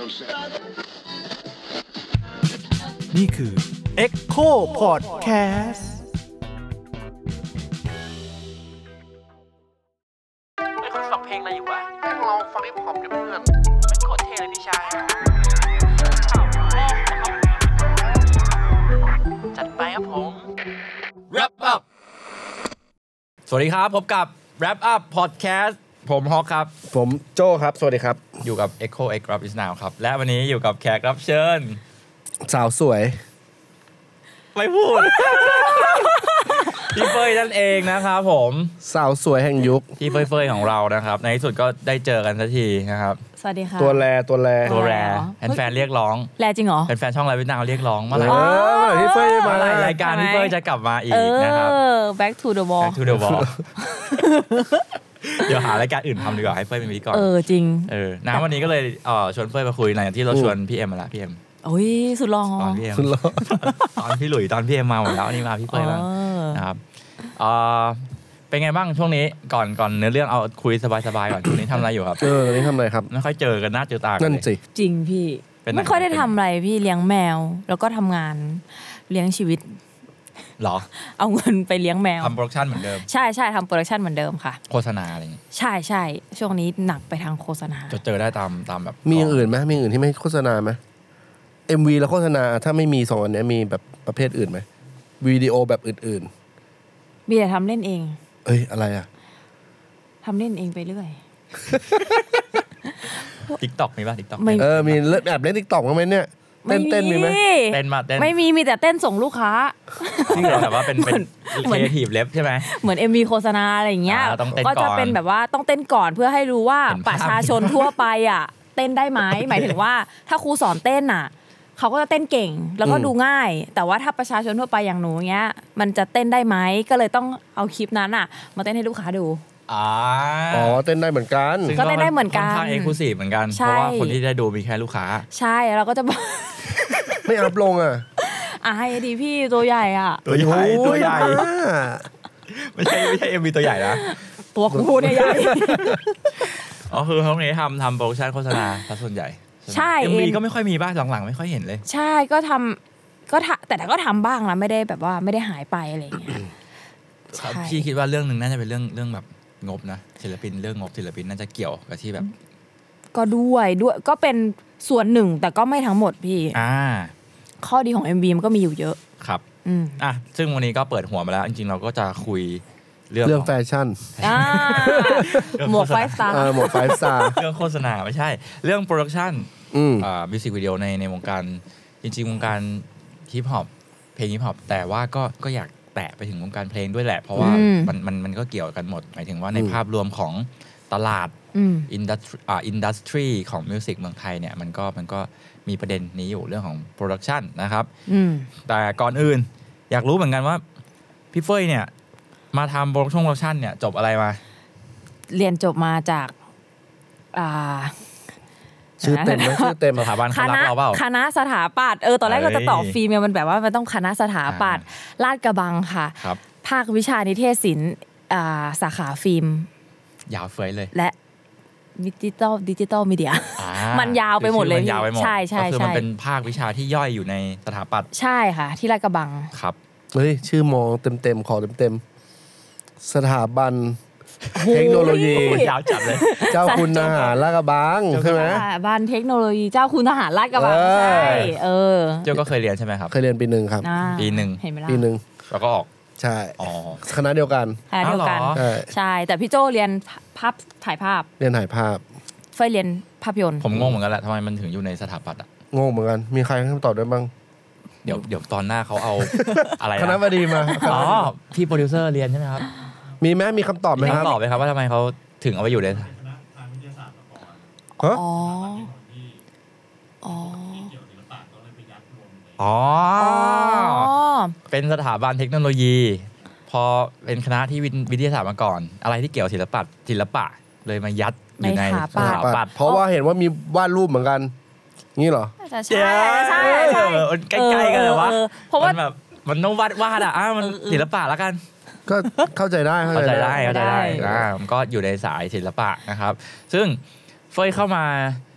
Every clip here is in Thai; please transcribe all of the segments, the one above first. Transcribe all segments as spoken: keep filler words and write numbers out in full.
นี่คือ Echo Podcast ไม่คุณฟังเพลงอะไรอยู่วะแม่งลองฟังฮิปฮอปดิเพื่อนไม่โคตรเท่เลยพี่ชายจัดไปครับผม Wrap Up สวัสดีครับพบกับ Wrap Up Podcast ผมฮอกครับผมโจ้ครับสวัสดีครับอยู่กับ Echo X Rap Is Now ครับและวันนี้อยู่กับแขกรับเชิญสาวสวยไม่พูด พี่เฟยนั่นเองนะครับผมสาวสวยแห่งยุคพี่เฟยเฟยของเรานะครับในที่สุดก็ได้เจอกันสักทีนะครับสวัสดีค่ะตัวแรตัวแรตัวแรแฟนๆเรียกร้องแรจริงเหรอแฟนๆช่องไลฟ์วิทย์นาวเรียกร้องเมื่อไหร่เมื่อไหร่พี่เฟยมารายการพี่เฟยจะกลับมาอีกนะครับ Back to the wall Back to the wall เดี๋ยวหารายการอื่นทำดีกว่าให้เฟยเป็นพิธีกรเออจริงเออนะวันนี้ก็เลยเอ่อชวนเฟยมาคุยหลังจากที่เราชวนพี่เอ็มมาแล้วพี่เอ็มโอ้ยสุดหล่อตอนพี่เอ็มตอนพี่หลุยตอนพี่เอ็มมาหมดแล้วอันนี้มาพี่เฟยบ้างนะครับเอ่อเป็นไงบ้างช่วงนี้ก่อนก่อนเนื้อเรื่องเอาคุยสบายๆก่อนช่วงนี้ทำอะไรอยู่ครับเออนี่ทำอะไรครับไม่ค่อยเจอกันหน้าเจอตากันนั่นสิจริงพี่ไม่ค่อยได้ทำอะไรพี่เลี้ยงแมวแล้วก็ทำงานเลี้ยงชีวิตหรอเอาเงินไปเลี้ยงแมวทำโปรดักชั่นเหมือนเดิมใช่ใช่ทำโปรดักชั่นเหมือนเดิมค่ะโฆษณาอะไรอย่างงี้ใช่ใช่ช่วงนี้หนักไปทางโฆษณาจะเจอได้ตามตามแบบมีอย่างอื่นไหมมีอย่างอื่นที่ไม่โฆษณาไหม เอ็ม วี แล้วโฆษณาถ้าไม่มีสองอันนี้มีแบบประเภทอื่นไหมวิดีโอแบบอื่นๆมีแต่ทำเล่นเองเอ้ยอะไรอ่ะทำเล่นเองไปเรื่อย TikTok มีป่ะ TikTok เออมีแอบเล่น TikTok มั้ยเนี่ยเต้นเต้นมีไหมเต้นมาเต้นไม่มีมีแต่เต้นส่งลูกค้าจริงเหรอแบบว่าเป็นเป็นครีเอทีฟเล็บใช่ไหมเหมือน เอ็ม วี โฆษณาอะไรอย่างเงี้ยก็จะเป็นแบบว่าต้องเต้นก่อนเพื่อให้รู้ว่าประชาชนทั่วไปอ่ะเต้นได้ไหมหมายถึงว่าถ้าครูสอนเต้นอ่ะเขาก็จะเต้นเก่งแล้วก็ดูง่ายแต่ว่าถ้าประชาชนทั่วไปอย่างหนูเงี้ยมันจะเต้นได้ไหมก็เลยต้องเอาคลิปนั้นอ่ะมาเต้นให้ลูกค้าดูอ๋ออ๋อเต้นได้เหมือนกันก็เต้นได้เหมือนกันค่อนข้างเอ็กซ์คลูซีฟเหมือนกันเพราะว่าคนที่ได้ดูมีแค่ลูกค้าใช่เราก็จะไม่อัพลงอ่ะอ่ะให้ดีพี่ตัวใหญ่อ่ะตัวใหญ่ตัวใหญ่ไม่ใช่ไม่ใช่ เอ็ม วี ตัวใหญ่นะตัวกูเนี่ยใหญ่อ๋อคือห้องนี้ทำทำโปรดักชั่นโฆษณาซะส่วนใหญ่ใช่เอ็ม วี ก็ไม่ค่อยมีบ้างหลังๆไม่ค่อยเห็นเลยใช่ก็ทำก็แต่แต่ก็ทำบ้างนะไม่ได้แบบว่าไม่ได้หายไปอะไรอย่างเงี้ยพี่คิดว่าเรื่องนึงน่าจะเป็นเรื่องเรื่องแบบงบนะศิลปินเรื่องงบศิลปินน่าจะเกี่ยวกับที่แบบก็ด้วยด้วยก็เป็นส่วนหนึ่งแต่ก็ไม่ทั้งหมดพี่อ่าข้อดีของ เอ็ม วี มันก็มีอยู่เยอะครับอืมอ่ะซึ่งวันนี้ก็เปิดหัวมาแล้วจริงๆเราก็จะคุยเรื่องเรื่องแฟชั่นอ่าหมวกไฟสตาร์เออหมวกไฟสตาร์เรื่องโฆษณาไม่ใช่เรื่องโปรดักชั่นอ่ามิวสิกวิดีโอในในวงการจริงๆวงการฮิปฮอปเพลงฮิปฮอปแต่ว่าก็ก็อยากแตะไปถึงวงการเพลงด้วยแหละเพราะว่ามันมันมันก็เกี่ยวกันหมดหมายถึงว่าในภาพรวมของตลาดอินดัสทรีอ่าอินดัสทรีของมิวสิกเมืองไทยเนี่ยมันก็มันก็มีประเด็นนี้อยู่เรื่องของโปรดักชันนะครับแต่ก่อนอื่นอยากรู้เหมือนกันว่าพี่เฟยเนี่ยมาทำโปรดักชั่นโปรดักชันเนี่ยจบอะไรมาเรียนจบมาจากอ่าชื่อเต็มไหมชื่อเต็มสถาบันเขารักเราเปล่าคณะสถาปัตย์เออตอนแรกก็จะตอบฟิล์มมันแบบว่ามันต้องคณะสถาปัตย์ลาดกระบังค่ะภาควิชานิเทศศิลป์สาขาฟิล์มยาวเฟยเลยและดิจิตอลดิจิตอลมีเดียมันยาวไปหมดเลยใช่ใช่ก็คือมันเป็นภาควิชาที่ย่อยอยู่ในสถาปัตย์ใช่ค่ะที่ลาดกระบังครับเฮ้ยชื่อมองเต็มๆขอเต็มๆสถาบันเทคโนโลยียาวจัดเลยเจ้าคุณทหารลาดกระบังใช่ไหมบ้านเทคโนโลยีเจ้าคุณทหารลาดกระบังใช่เออเจ้าก็เคยเรียนใช่ไหมครับเคยเรียนปีหนึ่งครับปีหนึ่งปีหนึ่งแล้วก็ออกใช่คณะเดียวกันคณะเดียวกันใช่แต่พี่โจเรียนภาพถ่ายภาพเรียนถ่ายภาพเฟยเรียนภาพยนตร์ผมงงเหมือนกันแหละทำไมมันถึงอยู่ในสถาปัตย์อ่ะงงเหมือนกันมีใครให้คำตอบได้บ้างเดี๋ยวเดี๋ยวตอนหน้าเขาเอาอะไรคณะบดีมาอ๋อพี่โปรดิวเซอร์เรียนใช่ไหมครับมีไหมมีคำตอบไหมครับคำตอบไหมครับว่าทำไมเขาถึงเอาไปอยู่ในอ๋ออ๋ออ๋อเป็นสถาบันเทคโนโลยีพอเป็นคณะที่วิทยาศาสตร์มาก่อนอะไรที่เกี่ยวศิลปะศิลปะเลยมายัดอยู่ในสถาปัตย์เพราะว่าเห็นว่ามีวาดรูปเหมือนกันงี้เหรอใช่ใช่ใช่ใกล้ๆกันเลยวะเพราะว่าแบบมันต้องวาดวาดอ่ะมันศิลปะแล้วกันก็เข้าใจได้เข้าใจได้เข้าใจได้อ่ามันก็อยู่ในสายศิลปะนะครับซึ่งเฟยเข้ามา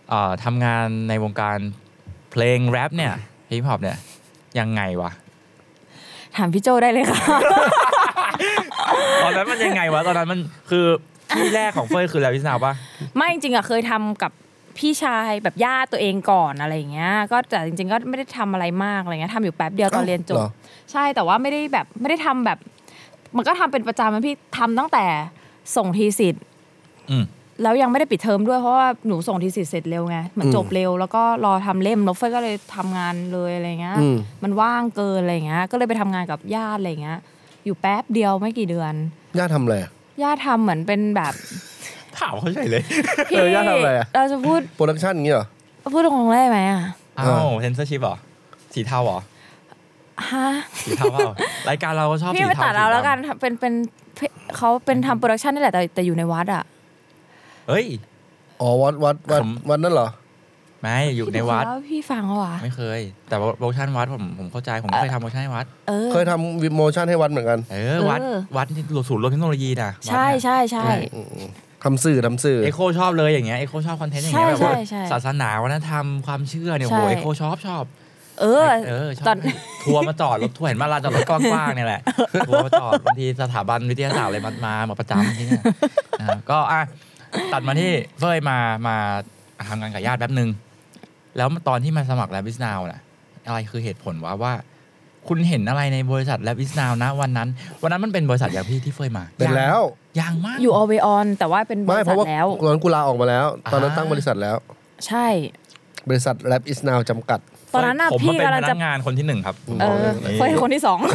ทำงานในวงการเพลงแรปเนี่ยฮิปฮอปเนี่ยยังไงวะถามพี่โจได้เลยค่ะตอนนั้นมันยังไงวะตอนนั้นมันคือที่แรกของเฟยคือแรปวิสนาวปะไม่จริงๆอะเคยทำกับพี่ชายแบบญาติตัวเองก่อนอะไรอย่างเงี้ยก็แต่จริงๆก็ไม่ได้ทำอะไรมากอะไรเงี้ยทำอยู่แป๊บเดียวตอนเรียนจบใช่แต่ว่าไม่ได้แบบไม่ได้ทำแบบมันก็ทำเป็นประจำมันพี่ทำตั้งแต่ส่งทีสิทธิ์แล้วยังไม่ได้ปิดเทอมด้วยเพราะว่าหนูส่งทีสิทธิ์เสร็จเร็วไงเหมือนจบเร็วแล้วก็รอทำเล่มแล้วเฟยก็เลยทำงานเลยอะไรเงี้ยมันว่างเกินอะไรเงี้ยก็เลยไปทำงานกับญาติอะไรเงี้ยอยู่แป๊บเดียวไม่กี่เดือนญาติทำอะไรญาติทำเหมือนเป็นแบบถามเขาใช่เลยเออญาติทำอะไรเราจะพูดโปรดักชั่นอย่างงี้เหรอพูดตรงๆได้ไหมอ่ะอ้าวเซนเซอร์ชิพเหรอสีเทาเหรอฮะสีเทาเปล่ารายการเราก็ชอบสีเทาพี่ไปตัดเราแล้วกันเป็นเป็นเขาเป็นทำโปรดักชั่นนี่แหละแต่แต่อยู่ในวัดอ่ะเฮ้ยอ๋อวัดวัดวัดวัดนั่นเหรอไม่อยู่ในวัดแล้วพี่ฟังเหรอไม่เคยแต่ว่าโปรดักชั่นวัดผมผมเข้าใจผมเคยทำโปรดักชั่นให้วัดเคยทำโมชั่นให้วัดเหมือนกันเออวัดวัดที่ศูนย์รวมเทคโนโลยีนะใช่ใช่ใช่ทำสื่อทำสื่อเอโคชอบเลยอย่างเงี้ยเอโคชอบคอนเทนต์อย่างเงี้ยแบบว่าศาสนาวัฒนธรรมความเชื่อเนี่ยโหเอโคชอบชอบเออเออตอนทัวร์มาจอดรถทัวร์เห็นมาลานจอดรถกว้างๆเนี่ยแหละทัวร์มาจอดบางทีสถาบันวิทยาศาสตร์อะไรมามามาประจำที่เนี่ยก็อ่ะตัดมาที่เฟยมามาทำงานกับญาติแป๊บนึงแล้วตอนที่มาสมัคร Lab is Now น่ะอะไรคือเหตุผลว่าว่าคุณเห็นอะไรในบริษัท Lab is Now นะวันนั้นวันนั้นมันเป็นบริษัทอย่างพี่ที่เฟยมาเป็นแล้วยังมากอยู่ Always On แต่ว่าเป็นบริษัทแล้วตอนนั้นกูลาออกมาแล้วตอนนั้นตั้งบริษัทแล้วใช่บริษัท Lab is Now จำกัดตอนนั้นน่ะพี่กำลังจะงานคนที่หนึ่งครับเออเฟยคนที่สอง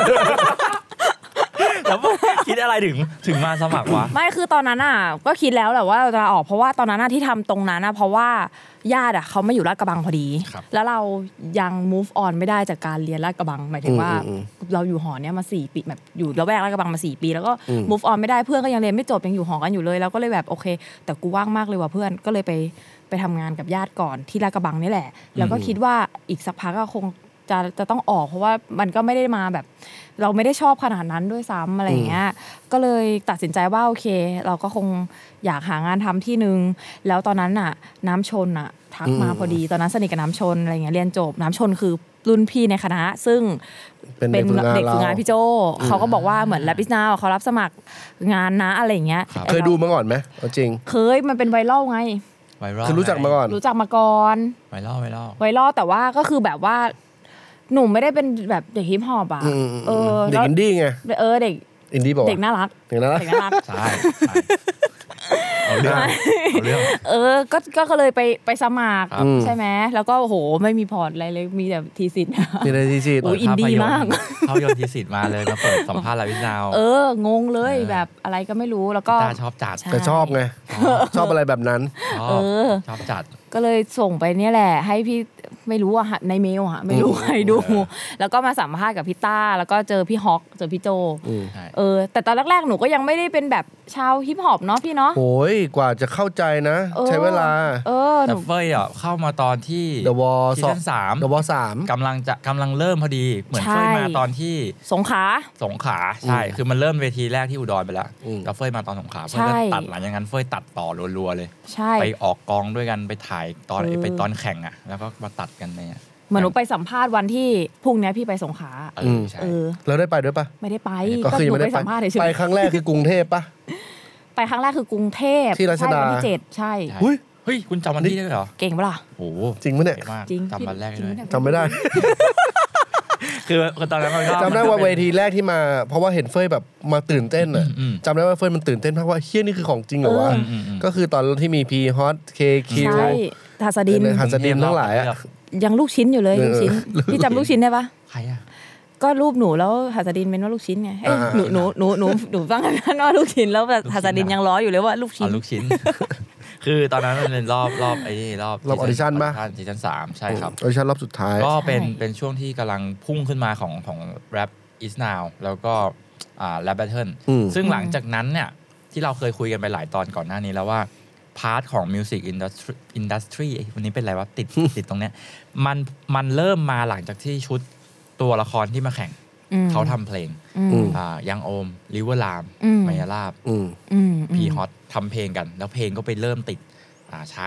แล้วคิดอะไรถึงถึงมาสมัครวะไม่คือตอนนั้นอ่ะก็คิดแล้วแหละว่าจะออกเพราะว่าตอนนั้นที่ทำตรงนั้นนะเพราะว่าญาติอ่ะเขามาอยู่ลาดกระบังพอดีแล้วเรายัง move on ไม่ได้จากการเรียนลาดกระบังหมายถึงว่าเราอยู่หอเนี้ยมาสี่ปีแบบอยู่ละแวกลาดกระบังมาสี่ปีแล้วก็ move on ไม่ได้เพื่อนก็ยังเรียนไม่จบยังอยู่หอกันอยู่เลยแล้วก็เลยแบบโอเคแต่กูว่างมากเลยว่ะเพื่อนก็เลยไปไปทำงานกับญาติก่อนที่ลาดกระบังนี่แหละแล้วก็คิดว่าอีกสักพักก็คงจะจะต้องออกเพราะว่ามันก็ไม่ได้มาแบบเราไม่ได้ชอบขนาดนั้นด้วยซ้ำอะไรเงี้ยก็เลยตัดสินใจว่าโอเคเราก็คงอยากหางานทำที่นึงแล้วตอนนั้นน่ะน้ำชนน่ะทักมาพอดีตอนนั้นสนิทกับน้ำชนอะไรเงี้ยเรียนจบน้ำชนคือรุ่นพี่ในคณะซึ่งเป็นเด็กฝึกงานพี่โจเขาก็บอกว่าเหมือนLab is Nowเขารับสมัครงานนะอะไรเงี้ยเคยดูมาก่อนไหมจริงเคยมันเป็นไวรัลไงไวรัลคือรู้จักมาก่อนรู้จักมาก่อนไวรัลไวรัลไวรัลแต่ว่าก็คือแบบว่าหนูไม่ได้เป็นแบบเด็กฮิปฮอปอ่ะเออเด็กอินดี้ไงเออเด็กอินดี้บอกเด็กน่ารักเด็กน่ารักใช่เอาเรื่องเอาเรื่องเออก็ก็เลยไปไปสมัครใช่ไหมแล้วก็โหไม่มีพอร์ตอะไรเลยมีแต่ทีสิทธิ์มีแต่ทีสิทธิ์โอ้อินดี้มากเขาโยนทีสิทธิ์มาเลยมาเปิดสัมภาษณ์Lab is Now เอองงเลยแบบอะไรก็ไม่รู้แล้วก็ชอบจัดแต่ชอบไงชอบอะไรแบบนั้นเออชอบจัดก็เลยส่งไปเนี่ยแหละให้พี่ไม่รู้อะในเมลอะไม่รู้ใครดูแล้วก็มาสัมภาษณ์กับพี่ต้าแล้วก็เจอพี่ฮอกเจอพี่โจเออแต่ตอนแรกๆหนูก็ยังไม่ได้เป็นแบบชาวฮิปฮอปเนาะพี่เนาะโอ้ยกว่าจะเข้าใจนะใช้เวลาเออแต่เฟยอ่ะเข้ามาตอนที่ The Wall ซีซั่นสาม The Wall สามกำลังจะกำลังเริ่มพอดีเหมือนเฟยมาตอนที่สงขลาสงขลาใช่คือมันเริ่มเวทีแรกที่อุดรไปแล้วแล้วเฟยมาตอนสงขลาเฟยก็ตัดหลังอย่างนั้นเฟยตัดต่อรัวๆเลยไปออกกองด้วยกันไปถ่ายตอนไปตอนแข่งอ่ะแล้วก็มาตัดกันเนี่ยเหมือนหนูไปสัมภาษณ์วันที่พรุ่งนี้พี่ไปสงขลาเออแล้วได้ไปด้วยปะไม่ได้ไปก็คือไม่ได้ไปไปครั้งแรกคือกรุงเทพปะไปครั้งแรกคือกรุงเทพที่รัชดาที่เจ็ดใช่เฮ้ยเฮ้ยคุณจำวันที่ได้เหรอเก่งปะล่ะโอ้จริงปะเนี่ยจริงจำวันแรกได้จำไม่ได้คือตอนนั้นมันก็จำได้ว่าเวทีแรกที่มาเพราะว่าเห็นเฟยแบบมาตื่นเต้นอ่ะจำได้ว่าเฟยมันตื่นเต้นมากว่าเฮี้ยนี่คือของจริงเหรอวะก็คือตอนที่มีพีฮอตเคคิวใช่ทัศดินทัศดินทั้งหลายอ่ะยังลูกชิ้นอยู่เลยลูกชิ้นพี่จำลูกชิ้นได้ปะใครอ่ะก็รูปหนูแล้วหัสดินเป็นว่าลูกชิ้นไงหนูหนูหนูหนูหนูฟังกันว่าลูกชิ้นแล้วแบบหัสดินยังล้ออยู่เลยว่าลูกชิ้นลูกชิ้นคือตอนนั้นมันเป็นรอบรอบไอ้นี่รอบรอบออดิชั่นป่ะซีซั่นสามใช่ครับออดิชั่นรอบสุดท้ายก็เป็นเป็นช่วงที่กำลังพุ่งขึ้นมาของของ Rap is Now แล้วก็อ่า Rap Battle ซึ่งหลังจากนั้นเนี่ยที่เราเคยคุยกันไปหลายตอนก่อนหน้านี้แล้วว่าพาร์ทของ Music Industry Industry วันนี้เป็นอะไรวะติดติดตรงเนี้ยมันมันเริ่มมาหลังจากที่ชุดตัวละครที่มาแข่งเขาทำเพลงอ่ายังโอมลิเวอร์ลามมายาลาบพีฮอตทำเพลงกันแล้วเพลงก็ไปเริ่มติดอ่าชาร์ต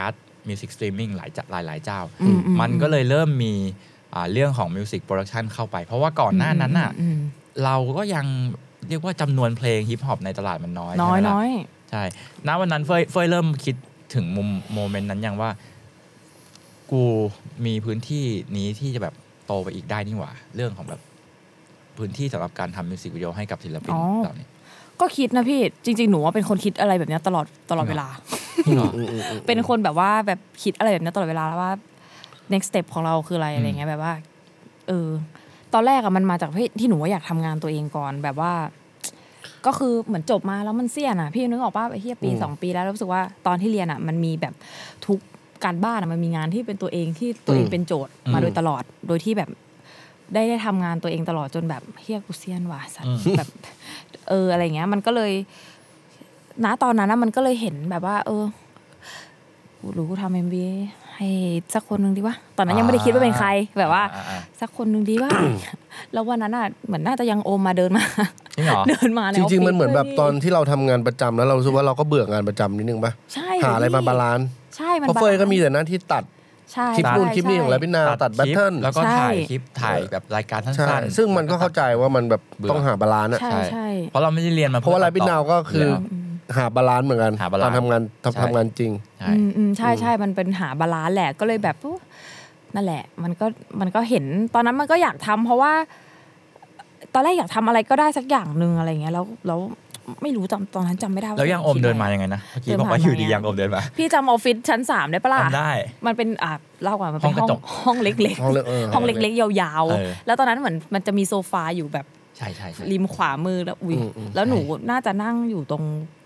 มิวสิกสตรีมมิ่งหลายหลายหลายเจ้ามันก็เลยเริ่มมีเรื่องของมิวสิกโปรดักชันเข้าไปเพราะว่าก่อนหน้านั้นน่ะเราก็ยังเรียกว่าจำนวนเพลงฮิปฮอปในตลาดมันน้อยน้อยน้อยใช่ณวันนั้นเฟยเฟยเริ่มคิดถึงมุมโมเมนต์นั้นอย่างว่ากูมีพื้นที่นี้ที่จะแบบโตไปอีกได้นี่หว่าเรื่องของแบบพื้นที่สำหรับการทำมิวสิกวิดีโอให้กับศิลปินเหล่านี้ก็คิดนะพี่จริงๆหนูว่าเป็นคนคิดอะไรแบบนี้ตลอดตลอดเวลาเป็นคนแบบว่าแบบคิดอะไรแบบนี้ตลอดเวลาว่า next step ของเราคืออะไรอะไรเงี้ยแบบว่าเออตอนแรกอะมันมาจากที่หนูว่าอยากทำงานตัวเองก่อนแบบว่าก็คือเหมือนจบมาแล้วมันเสี่ยน่ะพี่นึกออกป่ะไอ้เหี้ยปีสองปีแล้วรู้สึกว่าตอนที่เรียนอะมันมีแบบทุกการบ้านอะมันมีงานที่เป็นตัวเองที่ตัวเองเป็นโจทย์มาโดยตลอดโดยที่แบบได้ได้ทำงานตัวเองตลอดจนแบบเฮียกูเซียนว่ะสัตว์แบบเอออะไรเงี้ยมันก็เลยณตอนนั้นนะมันก็เลยเห็นแบบว่าเออกูรู้กูทำ เอ็ม วี ให้สักคนนึงดีวะตอนนั้นยังไม่ได้คิดว่าเป็นใครแบบว่าสักคนนึงดีวะแล้ววันนั้นอ่ะเหมือนน่าจะยังโอมมาเดินมาเดินมาจริงๆมันเหมือนแบบตอนที่เราทำงานประจำแล้วเรารู้สึกว่าเราก็เบื่องานประจำนิดนึงป่ะหาอะไรมาบาลานซ์ใช่มันเพราะเฟยก็มีแต่หน้าที่ตัดคลิปนู่นคลิปนี้ของแล้วพี่นาตัดแบทเทิลแล้วก็ถ่ายคลิปถ่ายแบบรายการสั้นๆซึ่งมันก็เข้าใจว่ามันแบบต้องหาบาลานซ์อ่ะใช่เพราะเราไม่ได้เรียนมาเพราะว่าแล้วพี่นาก็คือหาบาลานซ์เหมือนกันตอนทำงานทำงานจริงอืมใช่ใช่มันเป็นหาบาลานซ์แหละก็เลยแบบนั่นแหละมันก็มันก็เห็นตอนนั้นมันก็อยากทำเพราะว่าตอนแรกอยากทำอะไรก็ได้สักอย่างนึงอะไรเงี้ยแล้วแล้วไม่รู้จำตอนนั้นจำไม่ได้แล้วยังอมเดินมายังไงนะเมื่อกี้บอกว่าอยู่ดียังอมเดินมาพี่จำออฟฟิศชั้นสามได้ปะล่ะได้มันเป็นอ่ะเล่าก่อนมันเป็นห้องห้องเล็กๆห้องเล็กๆยาวๆแล้วตอนนั้นเหมือนมันจะมีโซฟาอยู่แบบใช่ใช่ริมขวามือแล้วอุ้ยแล้วหนูน่าจะนั่งอยู่ตรง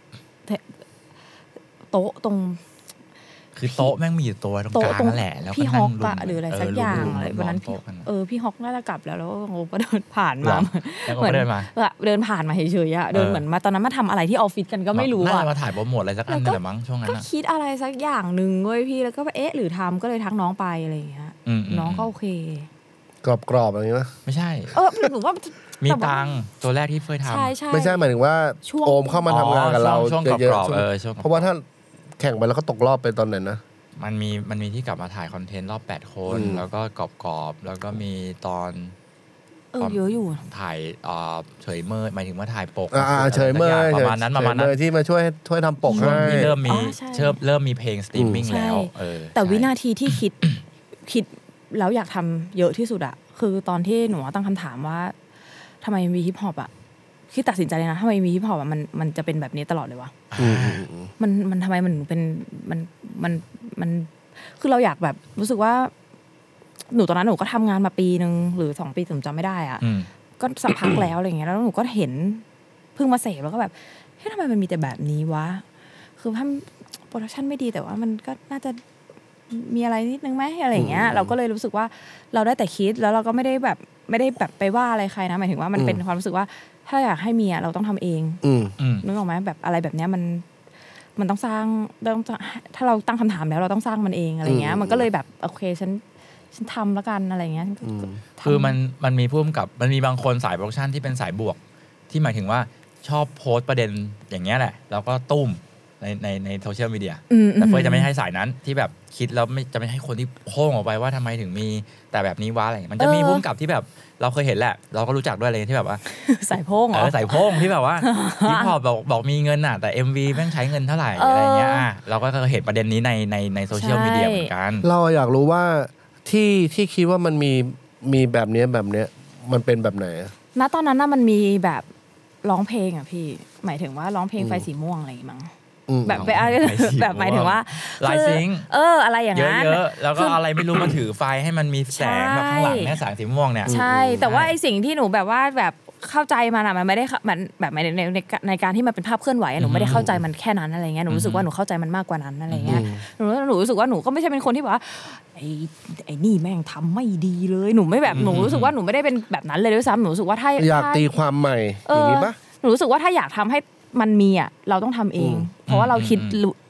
โต๊ะตรงคือโต๊ะแม่งมีอยู่ตัวตรงกลางนั่นแหละแล้วพี่ฮอกอะหรืออะไรสักอย่างอะไรวันนั้นเออพี่ฮอกน่าจะกลับแล้วแล้วโง่ก็เดินผ่านมาเหมือนเดินมาเดินผ่านมาเฉยๆอะเดินเหมือนมาตอนนั้นมาทำอะไรที่ออฟฟิศกันก็ไม่รู้อะมาถ่ายโปรโมทอะไรสักอันนึงแหละมั้งช่วงนั้นก็คิดอะไรสักอย่างนึงเว้ยพี่แล้วก็เอ๊ะหรือทำก็เลยทักน้องไปอะไรอย่างเงี้ยน้องก็โอเคกรอบๆอะไรอย่างเงี้ยไม่ใช่เออหนูว่ามีตังตัวแรกที่เฟยทำไม่ใช่หมายถึงว่าโอมเข้ามาทำงานกับเราเยอะๆเพราะว่าถ้าแข่งไปแล้วก็ตกรอบไปตอนไหนนะมันมีมันมีที่กลับมาถ่ายคอนเทนต์รอบแปดคนแล้วก็กรอบๆแล้วก็มีตอนเออเยอะอยู่ถ่ายเฉยเมยหมายถึงว่าถ่ายปกเฉยเมยประมาณนั้นประมาณนั้นที่มาช่วยช่วยทำปกให้ที่เริ่มมีเชิญเริ่มมีเพลงสตรีมมิ่งแล้วแต่วินาทีที่คิดคิดแล้วอยากทำเยอะที่สุดอะคือตอนที่หนูตั้งคำถามว่าทำไมมีฮิปฮอปอะคือตัดสินใจเลยนะทำไมมีฮิปฮอปอะมันมันจะเป็นแบบนี้ตลอดเลยวะมันมันทำไมมันเป็นมันมันมันคือเราอยากแบบรู้สึกว่าหนูตอนนั้นหนูก็ทำงานมาปีนึงหรือสองปีผมจำไม่ได้อ่ะก็สักพักแล้วอะไรเงี้ยแล้วหนูก็เห็นเพิ่งมาเสพแล้วก็แบบเฮ้ยทำไมมันมีแต่แบบนี้วะคือถ้าโปรดักชันไม่ดีแต่ว่ามันก็น่าจะมีอะไรนิดนึงไหมอะไรเงี้ยเราก็เลยรู้สึกว่าเราได้แต่คิดแล้วเราก็ไม่ได้แบบไม่ได้แบบไปว่าอะไรใครนะหมายถึงว่ามันเป็นความรู้สึกว่าถ้าอยากให้มีอ่ะเราต้องทำเองนึกออกไหมแบบอะไรแบบเนี้ยมันมันต้องสร้างต้องถ้าเราตั้งคำถามแล้วเราต้องสร้างมันเองอะไรเงี้ยมันก็เลยแบบโอเคฉันฉันทำแล้วกันอะไรเงี้ยคือมันมันมีผู้กำกับมันมีบางคนสายโปรดักชันที่เป็นสายบวกที่หมายถึงว่าชอบโพสต์ประเด็นอย่างเงี้ยแหละแล้วก็ตุ้มในในในโซเชียลมีเดียแต่เฟยจะไม่ให้สายนั้นที่แบบคิดแล้วไม่จะไม่ให้คนที่โพ่งออกไปว่าทำไมถึงมีแต่แบบนี้วะอะไรมันจะมีผู้กำกับที่แบบเราเคยเห็นแหละเราก็รู้จักด้วยอะไรที่แบบว่าสายโพ่งเหรอสายโพ่งที่แบบว่าฮิปฮอปบอกบอกมีเงินอ่ะแต่ เอ็ม วี แม่งใช้เงินเท่าไหร่อะไรเงี้ยเราก็เคยเห็นประเด็นนี้ในในในโซเชียลมีเดียเหมือนกันเราอยากรู้ว่าที่ที่คิดว่ามันมีมีแบบนี้แบบเนี้ยมันเป็นแบบไหนณตอนนั้นน่ะมันมีแบบร้องเพลงอ่ะพี่หมายถึงว่าร้องเพลงไฟสีม่วงอะไรอย่างงี้มั้งแบบไปแบบหมายถึงว่าไลฟ์ซิงเอออะไรอย่างนั้นเยอะๆแล้วก็อะไรไม่รู้มาถือไฟให้มันมีแสงแบบข้างหลังแม่แสงสีม่วงเนี่ยใช่แต่ว่าไอ้สิ่งที่หนูแบบว่าแบบเข้าใจมันอะมันไม่ได้มันแบบในในในการที่มันเป็นภาพเคลื่อนไหวหนูไม่ได้เข้าใจมันแค่นั้นอะไรเงี้ยหนูรู้สึกว่าหนูเข้าใจมันมากกว่านั้นอะไรเงี้ยหนูหนูรู้สึกว่าหนูก็ไม่ใช่เป็นคนที่แบบว่าไอ้ไอ้นี่แม่งทำไม่ดีเลยหนูไม่แบบหนูรู้สึกว่าหนูไม่ได้เป็นแบบนั้นเลยด้วยซ้ำหนูรู้สึกว่าถ้าอยากตีความใหม่อย่างนี้ปะหนูรู้สึกว่าถ้าอยากทำให้มันมีอ่ะเราต้องทำเองเพราะว่าเราคิด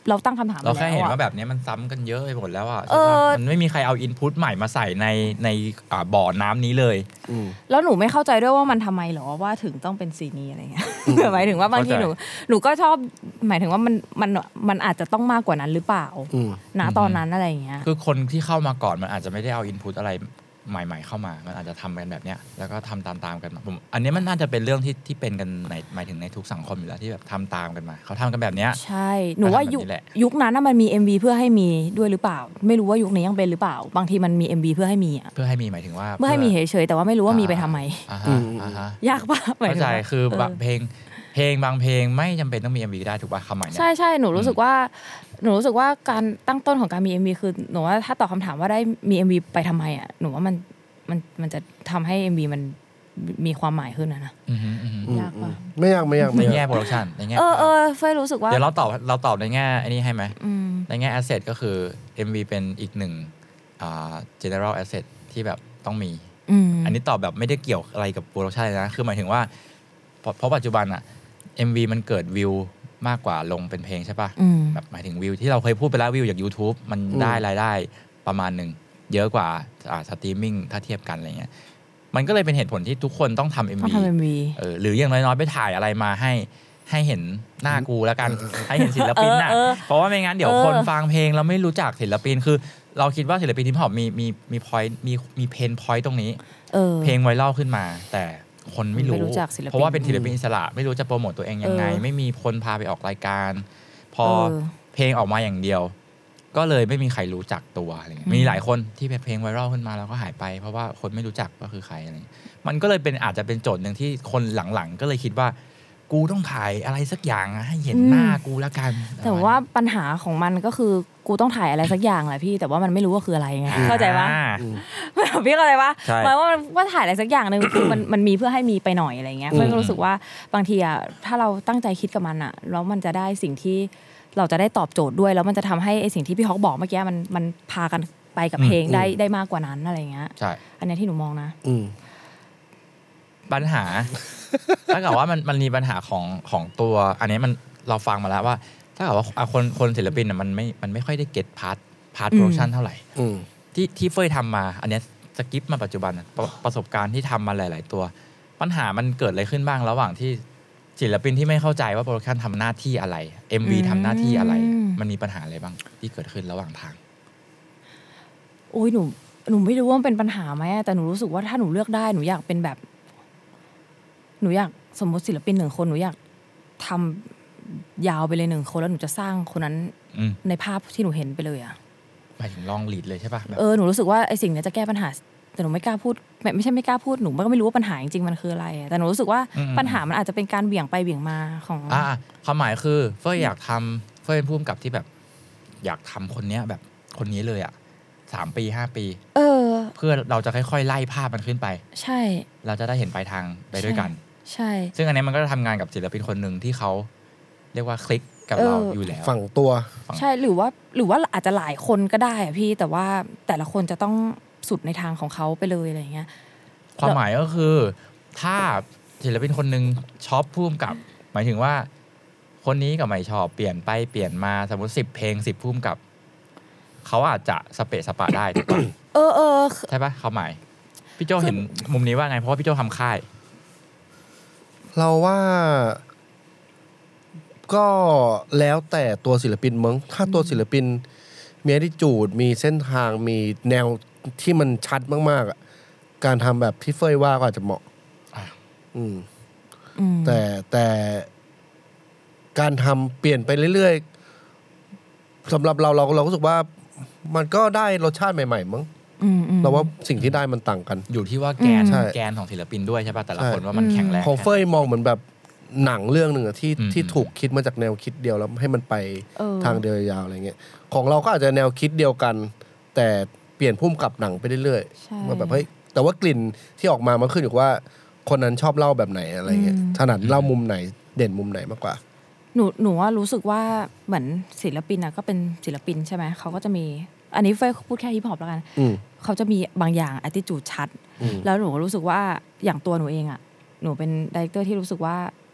เราตั้งคำถามเราแค่เห็นว่าแบบนี้มันซ้ำกันเยอะไปหมดแล้วอ่ะใช่ป่ะมันไม่มีใครเอาอินพุตใหม่มาใส่ในในบ่อน้ำนี้เลยแล้วหนูไม่เข้าใจด้วยว่ามันทำไมหรอว่าถึงต้องเป็นสีนี้อะไรเงี้ยหมายถึงว่าบางทีหนูหนูก็ชอบหมายถึงว่ามันมันมันอาจจะต้องมากกว่านั้นหรือเปล่าณตอนนั้นอะไรเงี้ยคือคนที่เข้ามาก่อนมันอาจจะไม่ได้เอาอินพุตอะไรใหม่ๆเข้ามามันอาจจะทำกันแบบเนี้ยแล้วก็ทำตามๆกันมาผมอันนี้มันน่าจะเป็นเรื่องที่ที่เป็นกันในหมายถึงในทุกสังคมอยู่แล้วที่แบบทำตามกันมาเขาทำกันแบบเนี้ยใช่หนูว่ายุคยุคนั้นมันมี เอ็ม วี เพื่อให้มีด้วยหรือเปล่าไม่รู้ว่ายุคนี้ยังเป็นหรือเปล่าบางทีมันมี เอ็ม วี เพื่อให้มีอ่ะเพื่อให้มีหมายถึงว่าเพื่อให้มีเฉยๆแต่ว่าไม่รู้ว่ามีไปทำไมยากป่ะเข้าใจคือบางเพลงเพลงบางเพลงไม่จำเป็นต้องมี เอ็ม วี ได้ถูกป่ะคำหมายเนี่ยใช่ใช่หนูรู้สึกว่าหนูรู้สึกว่าการตั้งต้นของการมี เอ็ม วี คือหนูว่าถ้าตอบคำถามว่าได้มี เอ็ม วี ไปทำไมอ่ะหนูว่ามันมันมันจะทำให้ เอ็ม วี มันมีความหมายขึ้นนะนะยากป่ะไม่ยากไม่ยากในแง่โปรดักชันในแง่เออเออเฟยรู้สึกว่าเดี๋ยวเราตอบเราตอบในแง่อันนี้ให้ไหมในแง่ asset ก็คือ เอ็ม วี เป็นอีกหนึ่งอ่า general asset ที่แบบต้องมีอันนี้ตอบแบบไม่ได้เกี่ยวอะไรกับโปรดักชันเลยนะคือหมายถึงว่าเพราะปัจจุบันอะ เอ็ม วี มันเกิดวิวมากกว่าลงเป็นเพลงใช่ป่ะแบบหมายถึงวิวที่เราเคยพูดไปแล้ววิวจาก YouTube มันได้รายได้ประมาณหนึ่งเยอะกว่าอ่าสตรีมมิ่งถ้าเทียบกันอะไรเงี้ยมันก็เลยเป็นเหตุผลที่ทุกคนต้องทำ เอ็ม วีต้องทำ เอ็ม วีเออหรืออย่างน้อยๆไปถ่ายอะไรมาให้ให้เห็นหน้ากูแล้วกันให้เห็นศิลปินน่ะเพราะว่าไม่งั้นเดี๋ยวคนฟังเพลงแล้วไม่รู้จักศิลปินคือเราคิดว่าศิลปินฮิปฮอปมีมีมีพอยต์มีมีเพนพอยต์ตรงนี้เพลงไวรัลขึ้นมาแต่คนไม่รู้เพราะว่าเป็นศิลปินอิสระไม่รู้จะโปรโมตตัวเองยังไงไม่มีคนพาไปออกรายการพอเพลงออกมาอย่างเดียวก็เลยไม่มีใครรู้จักตัวอะไรเงี้ยมีหลายคนที่เพลงไวรัลขึ้นมาแล้วก็หายไปเพราะว่าคนไม่รู้จักว่าคือใครอะไรมันก็เลยเป็นอาจจะเป็นโจทย์นึงที่คนหลังๆก็เลยคิดว่ากูต้องถ่ายอะไรสักอย่างให้เห็นหน้ากูแล้วกันแต่ว่าปัญหาของมันก็คือกูต้องถ่ายอะไรสักอย่างแหละพี่แต่ว่ามันไม่รู้ว่าคืออะไรไงเข้าใจปะพี่เข้าใจปะหมายว่าว่าถ่ายอะไรสักอย่างนึงคือมันมันมีเพื่อให้มีไปหน่อยอะไรเงี้ยเพื่อนก็รู้สึกว่าบางทีอะถ้าเราตั้งใจคิดกับมันอะแล้วมันจะได้สิ่งที่เราจะได้ตอบโจทย์ด้วยแล้วมันจะทำให้ไอ้สิ่งที่พี่ฮอกบอกเมื่อกี้มันมันพากันไปกับเพลงได้ได้มากกว่านั้นอะไรเงี้ยใช่อันนี้ที่หนูมองนะปัญหาถ้าเกิดว่ามันมันมีปัญหาของของตัวอันนี้มันเราฟังมาแล้วว่าถ้าเกิดว่าคนคนศิลปินมันไม่มันไม่ค่อยได้เก็ตพาร์ทพาร์ทโปรดักชันเท่าไหร่ที่ที่เฟยทำมาอันนี้สกิปมาปัจจุบันประประสบการณ์ที่ทำมาหลายๆตัวปัญหามันเกิดอะไรขึ้นบ้างระหว่างที่ศิลปินที่ไม่เข้าใจว่าโปรดักชันทำหน้าที่อะไร เอ็ม วี ทำหน้าที่อะไรมันมีปัญหาอะไรบ้างที่เกิดขึ้นระหว่างทางโอ้ยหนูหนูไม่รู้ว่ามันเป็นปัญหาไหมแต่หนูรู้สึกว่าถ้าหนูเลือกได้หนูอยากเป็นแบบหนูอยากสมมติศิลปินหนึ่งคนหนูอยากทำยาวไปเลยหนึ่งคนแล้วหนูจะสร้างคนนั้นในภาพที่หนูเห็นไปเลยอะหมายถึงลองลีดเลยใช่ป่ะเออหนูรู้สึกว่าไอ้สิ่งนี้จะแก้ปัญหาแต่หนูไม่กล้าพูดไม่ใช่ไม่กล้าพูดหนูก็ไม่รู้ว่าปัญหาจริงๆมันคืออะไรแต่หนูรู้สึกว่าปัญหามันอาจจะเป็นการเบี่ยงไปเบี่ยงมาของอ่าความหมายคือเฟยอยากทำเฟยเป็นผู้กำกับที่แบบอยากทำคนนี้แบบคนนี้เลยอะสามปีห้าปีเออเพื่อเราจะค่อยๆไล่ภาพมันขึ้นไปใช่เราจะได้เห็นปลายทางไปด้วยกันใช่ซึ่งอันนี้มันก็จะทำงานกับศิลปินคนหนึ่งที่เขาเรียกว่าคลิกกับเราอยู่แล้วฝั่งตัวใช่หรือว่าหรือว่าอาจจะหลายคนก็ได้อะพี่แต่ว่าแต่ละคนจะต้องสุดในทางของเขาไปเลยอะไรเงี้ยความหมายก็คือถ้าศิลปินคนหนึ่งชอบพุ่มกับหมายถึงว่าคนนี้กับไม่ชอบเปลี่ยนไปเปลี่ยนมาสมมติสิบเพลงสิบพุ่มกับเขาอาจจะสเปะสปะได้ถูกป่ะเออเออใช่ป่ะความหมายพี่โจเห็นมุมนี้ว่าไงเพราะว่าพี่โจทำค่ายเราว่าก็แล้วแต่ตัวศิลปินมั้งถ้าตัวศิลปินมีแอทิจูดมีเส้นทางมีแนวที่มันชัดมากๆอ่ะการทำแบบที่เฟยว่าก็อาจจะเหมาะอืมแต่แต่การทำเปลี่ยนไปเรื่อยๆสำหรับเราเราเรารู้สึกว่ามันก็ได้รสชาติใหม่ๆมั้งเราว่าสิ่งที่ได้มันต่างกันอยู่ที่ว่าแกนแกนของศิลปินด้วยใช่ป่ะแต่ละคนว่ามันแข็งแรงของเฟยมองเหมือนแบบหนังเรื่องหนึ่งที่ที่ถูกคิดมาจากแนวคิดเดียวแล้วให้มันไปทางเดียวยาวอะไรเงี้ยของเราก็อาจจะแนวคิดเดียวกันแต่เปลี่ยนพุ่มกับหนังไปเรื่อยๆว่าแบบเฮ้ยแต่ว่ากลิ่นที่ออกมามันขึ้นอยู่ว่าคนนั้นชอบเล่าแบบไหนอะไรเงี้ยถนัดเล่ามุมไหนเด่นมุมไหนมากกว่าหนูหนูว่ารู้สึกว่าเหมือนศิลปินอะก็เป็นศิลปินใช่ไหมเขาก็จะมีอันนี้เฟยพูดแค่ฮิปฮอปแล้วกันเขาจะมีบางอย่าง attitude ชัดแล้วหนูรู้สึกว่าอย่างตัวหนูเองอะหนูเป็นไดเรคเตอร์ที่รู้สึกว่า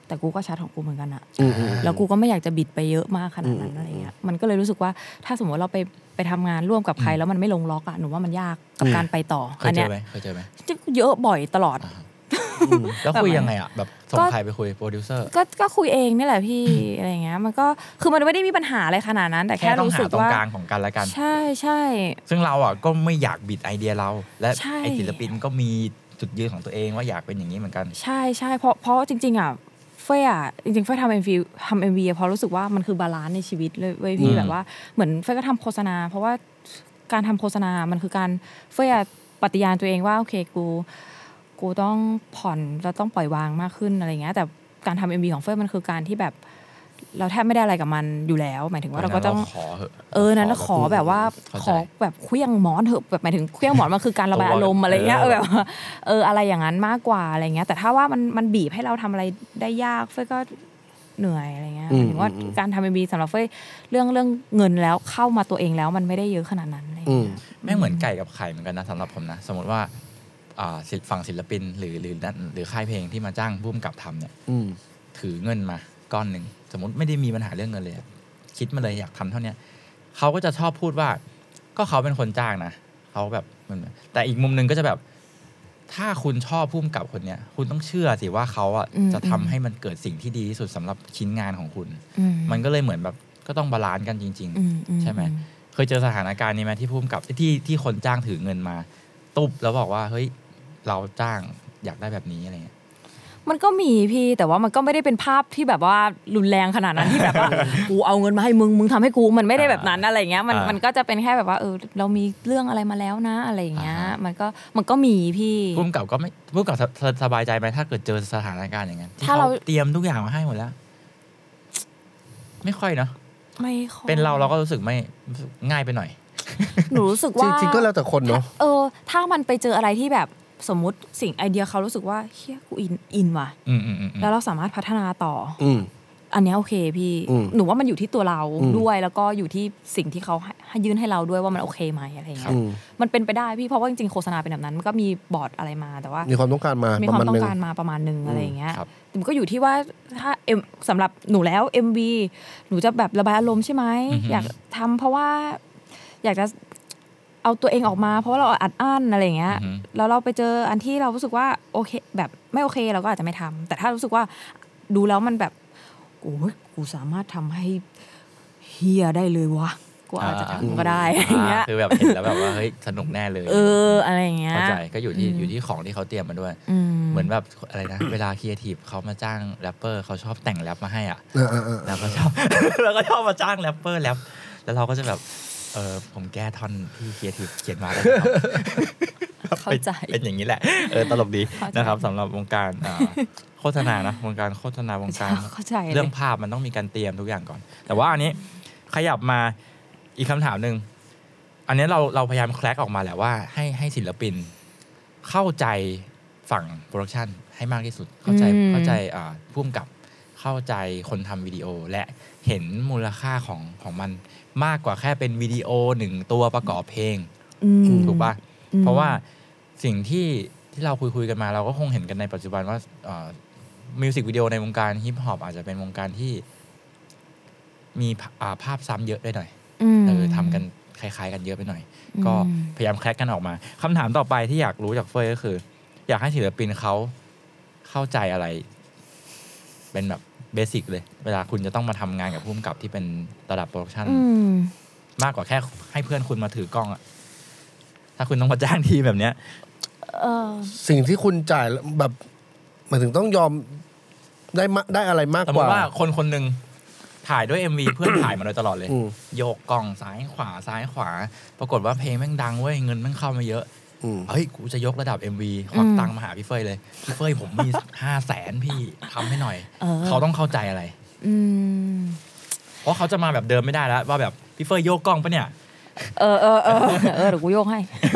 แต่กูก็ชัดของกูเหมือนกันอะแล้วกูก็ไม่อยากจะบิดไปเยอะมากขนาดนั้นอะไรเงี้ยมันก็เลยรู้สึกว่าถ้าสมมติเราไปไปทำงานร่วมกับใครแล้วมันไม่ลงล็อกอะหนูว่ามันยากกับการไปต่ออันเนี้ยเคยเจอไหมเยอะบ่อยตลอดแล้วคุยยังไงอ่ะแบบส่งใครไปคุยโปรดิวเซอร์ก็ก็คุยเองนี่แหละพี่อะไรเงี้ยมันก็คือมันไม่ได้มีปัญหาอะไรขนาดนั้นแต่แค่รู้สึกว่าตรงกลางของกันและกันใช่ใช่ซึ่งเราอ่ะก็ไม่อยากบิดไอเดียเราและไอศิลปินก็มีจุดยืนของตัวเองว่าอยากเป็นอย่างนี้เหมือนกันใช่ใช่เพราะเพราะจริงๆอ่ะเฟยอ่ะจริงๆเฟยทำเอ็มวีทำเอ็มวีเพราะรู้สึกว่ามันคือบาลานซ์ในชีวิตเลยเว้ยพี่แบบว่าเหมือนเฟยก็ทำโฆษณาเพราะว่าการทำโฆษณามันคือการเฟยปฏิญาณตัวเองว่าโอเคกูกูต้องผ่อนเราต้องปล่อยวางมากขึ้นอะไรเงี้ยแต่การทำ เอ็ม วี ของเฟยมันคือการที่แบบเราแทบไม่ได้อะไรกับมันอยู่แล้วหมายถึงว่าเราก็ต้องเออนั้นขอแบบว่าขอแบบเคลี้ยงหมอนเถอะแบบหมายถึงเคลี้ยงหมอนมันคือการระบายอารมณ์อะไรเงี้ยเออแบบเอออะไรอย่างนั้นมากกว่าอะไรเงี้ยแต่ถ้าว่ามันมันบีบให้เราทำอะไรได้ยากเฟยก็เหนื่อยอะไรเงี้ยหมายถึงว่าการทำ เอ็ม วี สำหรับเฟยเรื่องเรื่องเงินแล้วเข้ามาตัวเองแล้วมันไม่ได้เยอะขนาดนั้นอะไรเงี้ยแม่งเหมือนไก่กับไข่เหมือนกันนะสำหรับผมนะสมมติว่าฝั่งศิลปินหรือหรือหรือค่ายเพลงที่มาจ้างผู้กำกับทำเนี่ยถือเงินมาก้อนหนึ่งสมมติไม่ได้มีปัญหาเรื่องเงินเลยคิดมาเลยอยากทำเท่านี้เขาก็จะชอบพูดว่าก็เขาเป็นคนจ้างนะเขาแบบแต่อีกมุมนึงก็จะแบบถ้าคุณชอบผู้กำกับคนเนี้ยคุณต้องเชื่อสิว่าเขาอ่ะจะทำให้มันเกิดสิ่งที่ดีที่สุดสำหรับชิ้นงานของคุณมันก็เลยเหมือนแบบก็ต้องบาลานซ์กันจริงๆใช่ไหมเคยเจอสถานการณ์นี้ไหมที่ผู้กำกับที่ที่คนจ้างถือเงินมาตุ๊บแล้วบอกว่าเฮ้ยเราจ้างอยากได้แบบนี้อะไรเงี้ยมันก็มีพี่แต่ว่ามันก็ไม่ได้เป็นภาพที่แบบว่ารุนแรงขนาดนั้นที่แบบว่ากูเอาเงินมาให้มึงมึงทำให้กูมันไม่ได้แบบนั้นอะไรเงี้ยมันมันก็จะเป็นแค่แบบว่าเออเรามีเรื่องอะไรมาแล้วนะอะไรเงี้ยมันก็มันก็มีพี่ผู้กำกับก็ไม่ผู้กำกับสบายใจไหมถ้าเกิดเจอสถานการณ์อย่างนั้นถ้าเราเตรียมทุกอย่างมาให้หมดแล้วไม่ค่อยเนาะไม่ค่อยเป็นเราเราก็รู้สึกไม่ง่ายไปหน่อยหนูรู้สึกว่าจริงๆก็แล้วแต่คนเนาะเออถ้ามันไปเจออะไรที่แบบสมมุติสิ่งไอเดียเขารู้สึกว่าเฮียกูอินอินว่ะแล้วเราสามารถพัฒนาต่ออันนี้โอเคพี่หนูว่ามันอยู่ที่ตัวเราด้วยแล้วก็อยู่ที่สิ่งที่เขาให้ยื่นให้เราด้วยว่ามันโอเคไหมอะไรเงี้ยมันเป็นไปได้พี่เพราะว่าจริงๆโฆษณาเป็นแบบนั้นมันก็มีบอร์ดอะไรมาแต่ว่ามีความต้องการมามีความต้องการมาประมาณนึงอะไรเงี้ยแต่มันก็อยู่ที่ว่าถ้าสำหรับหนูแล้ว เอ็ม วี หนูจะแบบระบายอารมณ์ใช่ไหมอยากทำเพราะว่าอยากจะเอาตัวเองออกมาเพราะว่าเราอัดอั้นอะไรเงี้ยแล้วเราไปเจออันที่เรารู้สึกว่าโอเคแบบไม่โอเคเราก็อาจจะไม่ทำแต่ถ้ารู้สึกว่าดูแล้วมันแบบโอ้ยกูสามารถทำให้เฮียได้เลยวะกูอาจจะทำก็ได้อะไรเงี้ยคือแบบเห็นแล้วแบบว่าเฮ้ยสนุกแน่เลยเอออะไรเงี้ยเข้าใจก็อยู่ที่อยู่ที่ของที่เขาเตรียมมาด้วยเหมือนแบบอะไรนะเวลาครีเอทีฟเขามาจ้างแรปเปอร์เขาชอบแต่งแรปมาให้อ่ะแล้วก็ชอบแล้วก็ชอบมาจ้างแรปเปอร์แรปแล้วเราก็จะแบบเออผมแก้ท่อนที่ครีเอทีฟเขียนมาได้ครับเข้าใจเป็นอย่างนี้แหละเออตลกดีนะครับสำหรับวงการโฆษณานะวงการโฆษณาวงการเรื่องภาพมันต้องมีการเตรียมทุกอย่างก่อนแต่ว่าอันนี้ขยับมาอีกคำถามหนึ่งอันนี้เราเราพยายามแคร็กออกมาแหละว่าให้ให้ศิลปินเข้าใจฝั่งโปรดักชันให้มากที่สุดเข้าใจเข้าใจผู้กำกับเข้าใจคนทำวิดีโอและเห็นมูลค่าของของมันมากกว่าแค่เป็นวิดีโอหนึ่งตัวประกอบเพลงถูกป่ะเพราะว่าสิ่งที่ที่เราคุยคุยกันมาเราก็คงเห็นกันในปัจจุบันว่ามิวสิกวิดีโอในวงการฮิปฮอปอาจจะเป็นวงการที่มีภาพซ้ำเยอะได้หน่อยเออทำกันคล้ายๆกันเยอะไปหน่อยก็พยายามแคร็กกันออกมาคำถามต่อไปที่อยากรู้จากเฟยก็คืออยากให้ศิลปินเขาเข้าใจอะไรเป็นแบบเบสิกเลยเวลาคุณจะต้องมาทำงานกับผู้กำกับที่เป็นระดับโปรดักชั่นมากกว่าแค่ให้เพื่อนคุณมาถือกล้องอะถ้าคุณต้องมาจ้างทีแบบเนี้ยสิ่งที่คุณจ่ายแบบหมายถึงต้องยอมได้ได้อะไรมากกว่าสมมติว่าคนคนหนึ่งถ่ายด้วย เอ็ม วี เพื่อนถ่ายมาโดยตลอดเลยโยกกล้องซ้ายขวาซ้ายขวาปรากฏว่าเพลงแม่งดังเว้ยเงินแม่งเข้ามาเยอะเฮ้ยกูจะยกระดับ เอ็ม วี ควักตังค์มาหาพี่เฟยเลยพี่เฟยผมมี ห้าแสน พี่ทำให้หน่อยเขาต้องเข้าใจอะไรเพราะเขาจะมาแบบเดิมไม่ได้แล้วว่าแบบพี่เฟยโยกกล้องปะเนี่ยเออเออเออเออเดี๋ยวกูโยกให้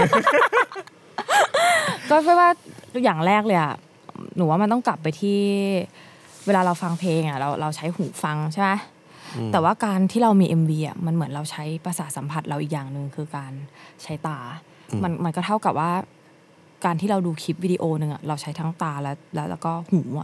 ก็เพราะว่าอย่างแรกเลยอ่ะหนูว่ามันต้องกลับไปที่เวลาเราฟังเพลงอ่ะเราเราใช้หูฟังใช่ไหมแต่ว่าการที่เรามี เอ็ม วี อ่ะมันเหมือนเราใช้ประสาทสัมผัสเราอีกอย่างนึงคือการใช้ตามันมันก็เท่ากับว่าการที่เราดูคลิปวิดีโอนึงอ่ะเราใช้ทั้งตาและแล้วแล้วก็หูอ่ะค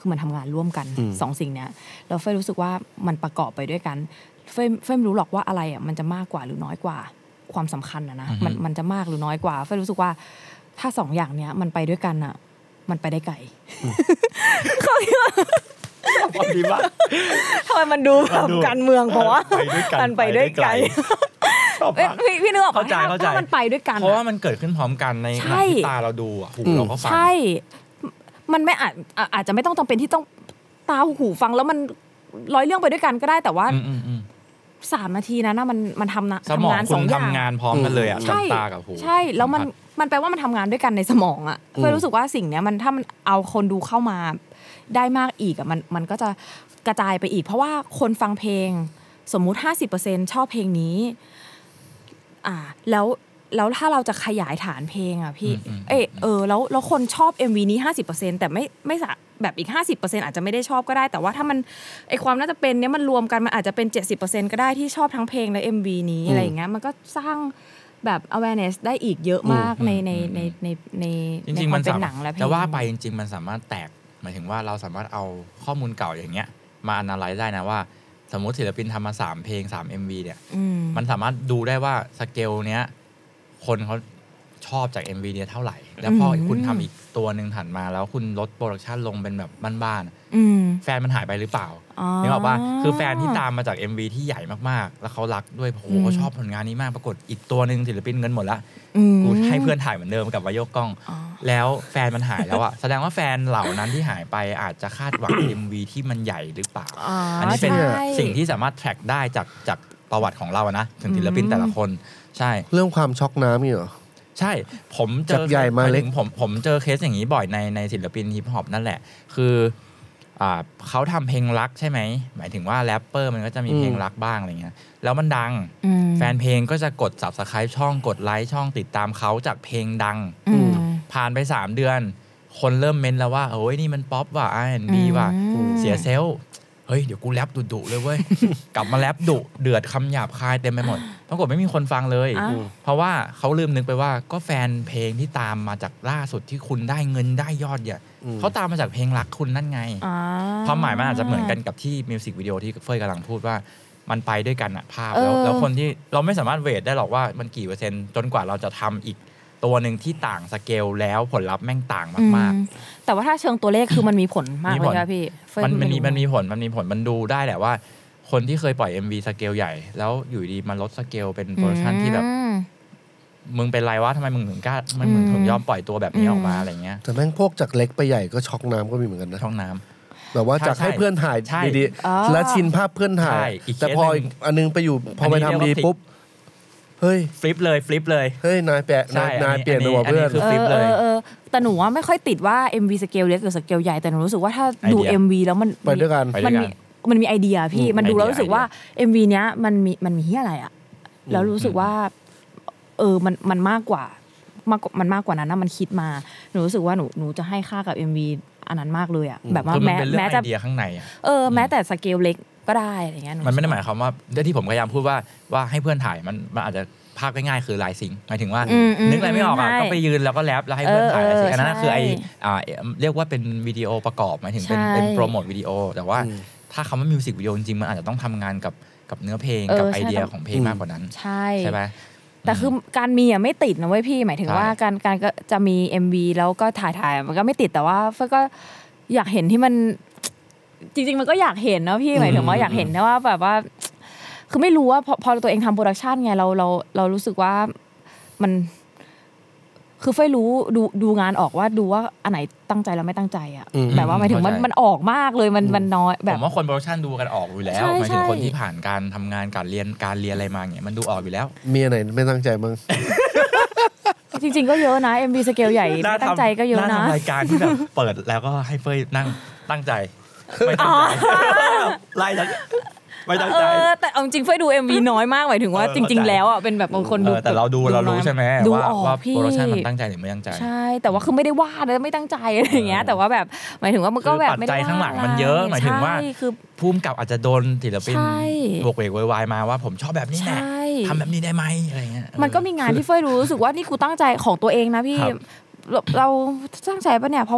คือมันทำงานร่วมกันสองสิ่งเนี้ยแล้วเฟยรู้สึกว่ามันประกอบไปด้วยกันเฟยเฟยไม่รู้หรอกว่าอะไรอ่ะมันจะมากกว่าหรือน้อยกว่าความสำคัญอะนะมันมันจะมากหรือน้อยกว่าเฟยรู้สึกว่าถ้าสองอย่างเนี้ยมันไปด้วยกันอะมันไปได้ไกลเขาพอดีมากทำไมมันดูแบบการเมืองเพราะว่ามันไปด้วยไกลพี่พี่นึกออกเข้าใจเข้าใจมันไปด้วยกันเพราะว่ามันเกิดขึ้นพร้อมกันในขณะที่ตาเราดูอ่ะหูเราก็ฟังใช่มันไม่อาจอาจจะไม่ต้องจำเป็นที่ต้องตาหูฟังแล้วมันร้อยเรื่องไปด้วยกันก็ได้แต่ว่าสามนาทีนั้นนะมันมันทำนะทำงานสองอย่างทำงานพร้อมกันเลยอ่ะตากับหูใช่แล้วมันมันแปลว่ามันทำงานด้วยกันในสมองอ่ะเพื่อรู้สึกว่าสิ่งเนี้ยมันถ้ามันเอาคนดูเข้ามาได้มากอีกอ่ะมันมันก็จะกระจายไปอีกเพราะว่าคนฟังเพลงสมมุติ ห้าสิบเปอร์เซ็นต์ ชอบเพลงนี้อ่าแล้วแล้วถ้าเราจะขยายฐานเพลงอ่ะพี่เออเออแล้วแล้วคนชอบ เอ็ม วี นี้ ห้าสิบเปอร์เซ็นต์ แต่ไม่ไม่แบบอีก ห้าสิบเปอร์เซ็นต์ อาจจะไม่ได้ชอบก็ได้แต่ว่าถ้ามันไอความน่าจะเป็นเนี้ยมันรวมกันมันอาจจะเป็น เจ็ดสิบเปอร์เซ็นต์ ก็ได้ที่ชอบทั้งเพลงและ เอ็ม วี นี้อะไรอย่างเงี้ยมันก็สร้างแบบ awareness ได้อีกเยอะมากในในในในในจริงๆมันเป็นหนังและเพลงแต่ว่าไปจริงๆมันสามารถแตกหมายถึงว่าเราสามารถเอาข้อมูลเก่าอย่างเงี้ยมา analyze ได้นะว่าสมมติศิลปินทำมาสามเพลงสาม เอ็ม วี เนี่ยมันสามารถดูได้ว่าสเกลเนี้ยคนเขาชอบจาก เอ็ม วี เนี่ยเท่าไหร่แล้วพอคุณทำอีกตัวนึงถัดมาแล้วคุณลดโปรดักชันลงเป็นแบบบ้านๆแฟนมันหายไปหรือเปล่านึกออกป่ะคือแฟนที่ตามมาจาก เอ็ม วี ที่ใหญ่มากๆแล้วเขารักด้วยโอ้โหเขาชอบผลงานนี้มากปรากฏอีกตัวนึงศิลปินเงินหมดละกูให้เพื่อนถ่ายเหมือนเดิมกับวายกกล้องแล้วแฟนมันหายแล้วอ่ะแสดงว่าแฟนเหล่านั้นที่หายไปอาจจะคาดหวัง เอ็ม วี ที่มันใหญ่หรือเปล่าอันนี้เป็นสิ่งที่สามารถแทร็กได้จากจากประวัติของเรานะถึงศิลปินแต่ละคนใช่เรื่องความช็อกน้ำนี่เหรอใช่ผมเจอใหญ่มาเล็กผมผมเจอเคสอย่างนี้บ่อยในในศิลปินฮิปฮอปนั่นแหละคืออ่าเขาทำเพลงรักใช่ไหมหมายถึงว่าแรปเปอร์มันก็จะมีเพลงรักบ้างอะไรเงี้ยแล้วมันดังแฟนเพลงก็จะกด Subscribe ช่องกดไลค์ช่องติดตามเขาจากเพลงดังผ่านไปสามเดือนคนเริ่มเม้นแล้วว่าโอ้ยนี่มันป๊อปว่ะ อาร์ แอนด์ บี ว่ะเสียเซลล์เฮ้ยเดี๋ยวกูแรปดุๆเลยเว้ย กลับมาแรปดุเดือดคำหยาบคายเต็มไปหมดปรากฏไม่มีคนฟังเลยเพราะว่าเขาลืมนึกไปว่าก็แฟนเพลงที่ตามมาจากล่าสุดที่คุณได้เงินได้ยอดเนี่ยเขาตามมาจากเพลงรักคุณนั่นไงความหมายมันอาจจะเหมือนกันกับที่มิวสิกวิดีโอที่เฟยกำลังพูดว่ามันไปด้วยกันอะภาพแล้วแล้วคนที่เราไม่สามารถเวทได้หรอกว่ามันกี่เปอร์เซ็นต์จนกว่าเราจะทำอีกตัวหนึ่งที่ต่างสเกลแล้วผลลัพธ์แม่งต่างมากๆแต่ว่าถ้าเชิงตัวเลขคือมันมีผลมากเลยค่ะพี่มันมันมีมันมีผลมันมีผลมันดูได้แหละว่าคนที่เคยปล่อย เอ็ม วี สเกลใหญ่แล้วอยู่ดีมันลดสเกลเป็นโปรดักชั่นที่แบบมึงเป็นไรวะทำไมมึงถึงกล้ามันมึงถึงยอมปล่อยตัวแบบนี้ออกมาอะไรเงี้ยแต่แม่งพวกจากเล็กไปใหญ่ก็ช็อกน้ำก็มีเหมือนกันนะช็อกน้ำแบบว่าจากให้เพื่อนถ่ายดีๆแล้วชินภาพเพื่อนถ่ายแต่พออันนึงไปอยู่พอไปทำดีปุ๊บเฮ้ยฟลิปเลยฟลิปเลยเฮ้ยนายแปะนายเปลี่ยนตัวเพื่อนคือฟลิปเลยเออแต่หนูว่าไม่ค่อยติดว่า เอ็ม วี สเกลเล็กหรือสเกลใหญ่แต่หนูรู้สึกว่าถ้าดู เอ็ม วี แล้วมันไปด้วยกันมันมีมันมีไอเดียพี่มันดูแล้วรู้สึกว่า เอ็ม วี เนี้ยมันมีมันมีเหี้ยอะไรอ่ะแล้วรู้สึกว่าเออมันมันมากกว่ามากมันมากกว่านั้นนะมันคิดมาหนูรู้สึกว่าหนูหนูจะให้ค่ากับ เอ็ม วี อันนั้นมากเลยอ่ะแบบว่าแม้แม้จะไอเดียข้างในเออแม้แต่สเกลเล็กก็ได้อะไรเงี้ยมันไม่ได้หมายความว่าที่ผมพยายามพูดว่าว่าให้เพื่อนถ่ายมันมันอาจจะภาพง่ายๆคือลายซิงหมายถึงว่านึกอะไรไม่ออกอ่ะก็ไปยืนแล้วก็แรปแล้วให้เพื่อนถ่ายลายซิงอันนั้นคือไออ่าเรียกว่าเป็นวิดีโอประกอบหมายถึงเป็นเป็นโปรโมทวิดีโอแต่ว่าถ้าคำว่ามิวสิกวิดีโอจริงๆมันอาจจะต้องทำงานกับกับเนื้อเพลงกับไอเดียของเพลงมากกว่านั้นใช่ใช่ไหมแต่คือการมีอ่ะไม่ติดนะเว้ยพี่หมายถึงว่าการการก็จะมี เอ็ม วี แล้วก็ถ่ายถ่ายมันก็ไม่ติดแต่ว่าเฟิร์นก็อยากเห็นที่มันจริงๆมันก็อยากเห็นนะพี่หมายถึงว่าอยากเห็นนะว่าแบบว่าคือไม่รู้ว่าพอพอตัวเองทำโปรดักชันไงเราเราเรารู้สึกว่ามันคือเฟิร์นรู้ดูดูงานออกว่าดูว่าอันไหนตั้งใจแล้วไม่ตั้งใจอ่ะแต่ว่าหมายถึงมันมันออกมากเลยมันมันน้อยแบบผมว่าคนโปรดักชันดูกันออกอยู่แล้วหมายถึงคนที่ผ่านการทำงานการเรียนการเรียนอะไรมาเนี่ยมันดูออกอยู่แล้วมีอะไรไม่ตั้งใจมั้งจริงๆก็เยอะนะ เอ็ม วี สเกลใหญ่ไม่ตั้งใจก็เยอะนะรายการที่แบบเปิดแล้วก็ให้เฟยนั่งตั้งใจไม่ตั้งใจไล่ทั้งไม่ตั้งใจแต่เอาจริงเฟยดู เอ็ม วี น้อยมากหมายถึงว่าจริงๆแล้วอ่ะเป็นแบบบางคนดูแต่เราดูเรารู้ใช่ไหมว่าว่าโปรดักชั่นมันตั้งใจหรือไม่ตั้งใจใช่แต่ว่าคือไม่ได้ว่าเลยไม่ตั้งใจอะไรอย่างเงี้ยแต่ว่าแบบหมายถึงว่ามันก็แบบปัจจัยข้างหลังมันเยอะหมายถึงว่าภูมิกับอาจจะโดนศิลปินบวกเวกวายมาว่าผมชอบแบบนี้แหละทำแบบนี้ได้ไหมอะไรเงี้ยมันก็มีงานที่เฟยรู้สึกว่านี่กูตั้งใจของตัวเองนะพี่เราตั้งใจป่ะเนี่ยเพราะว่า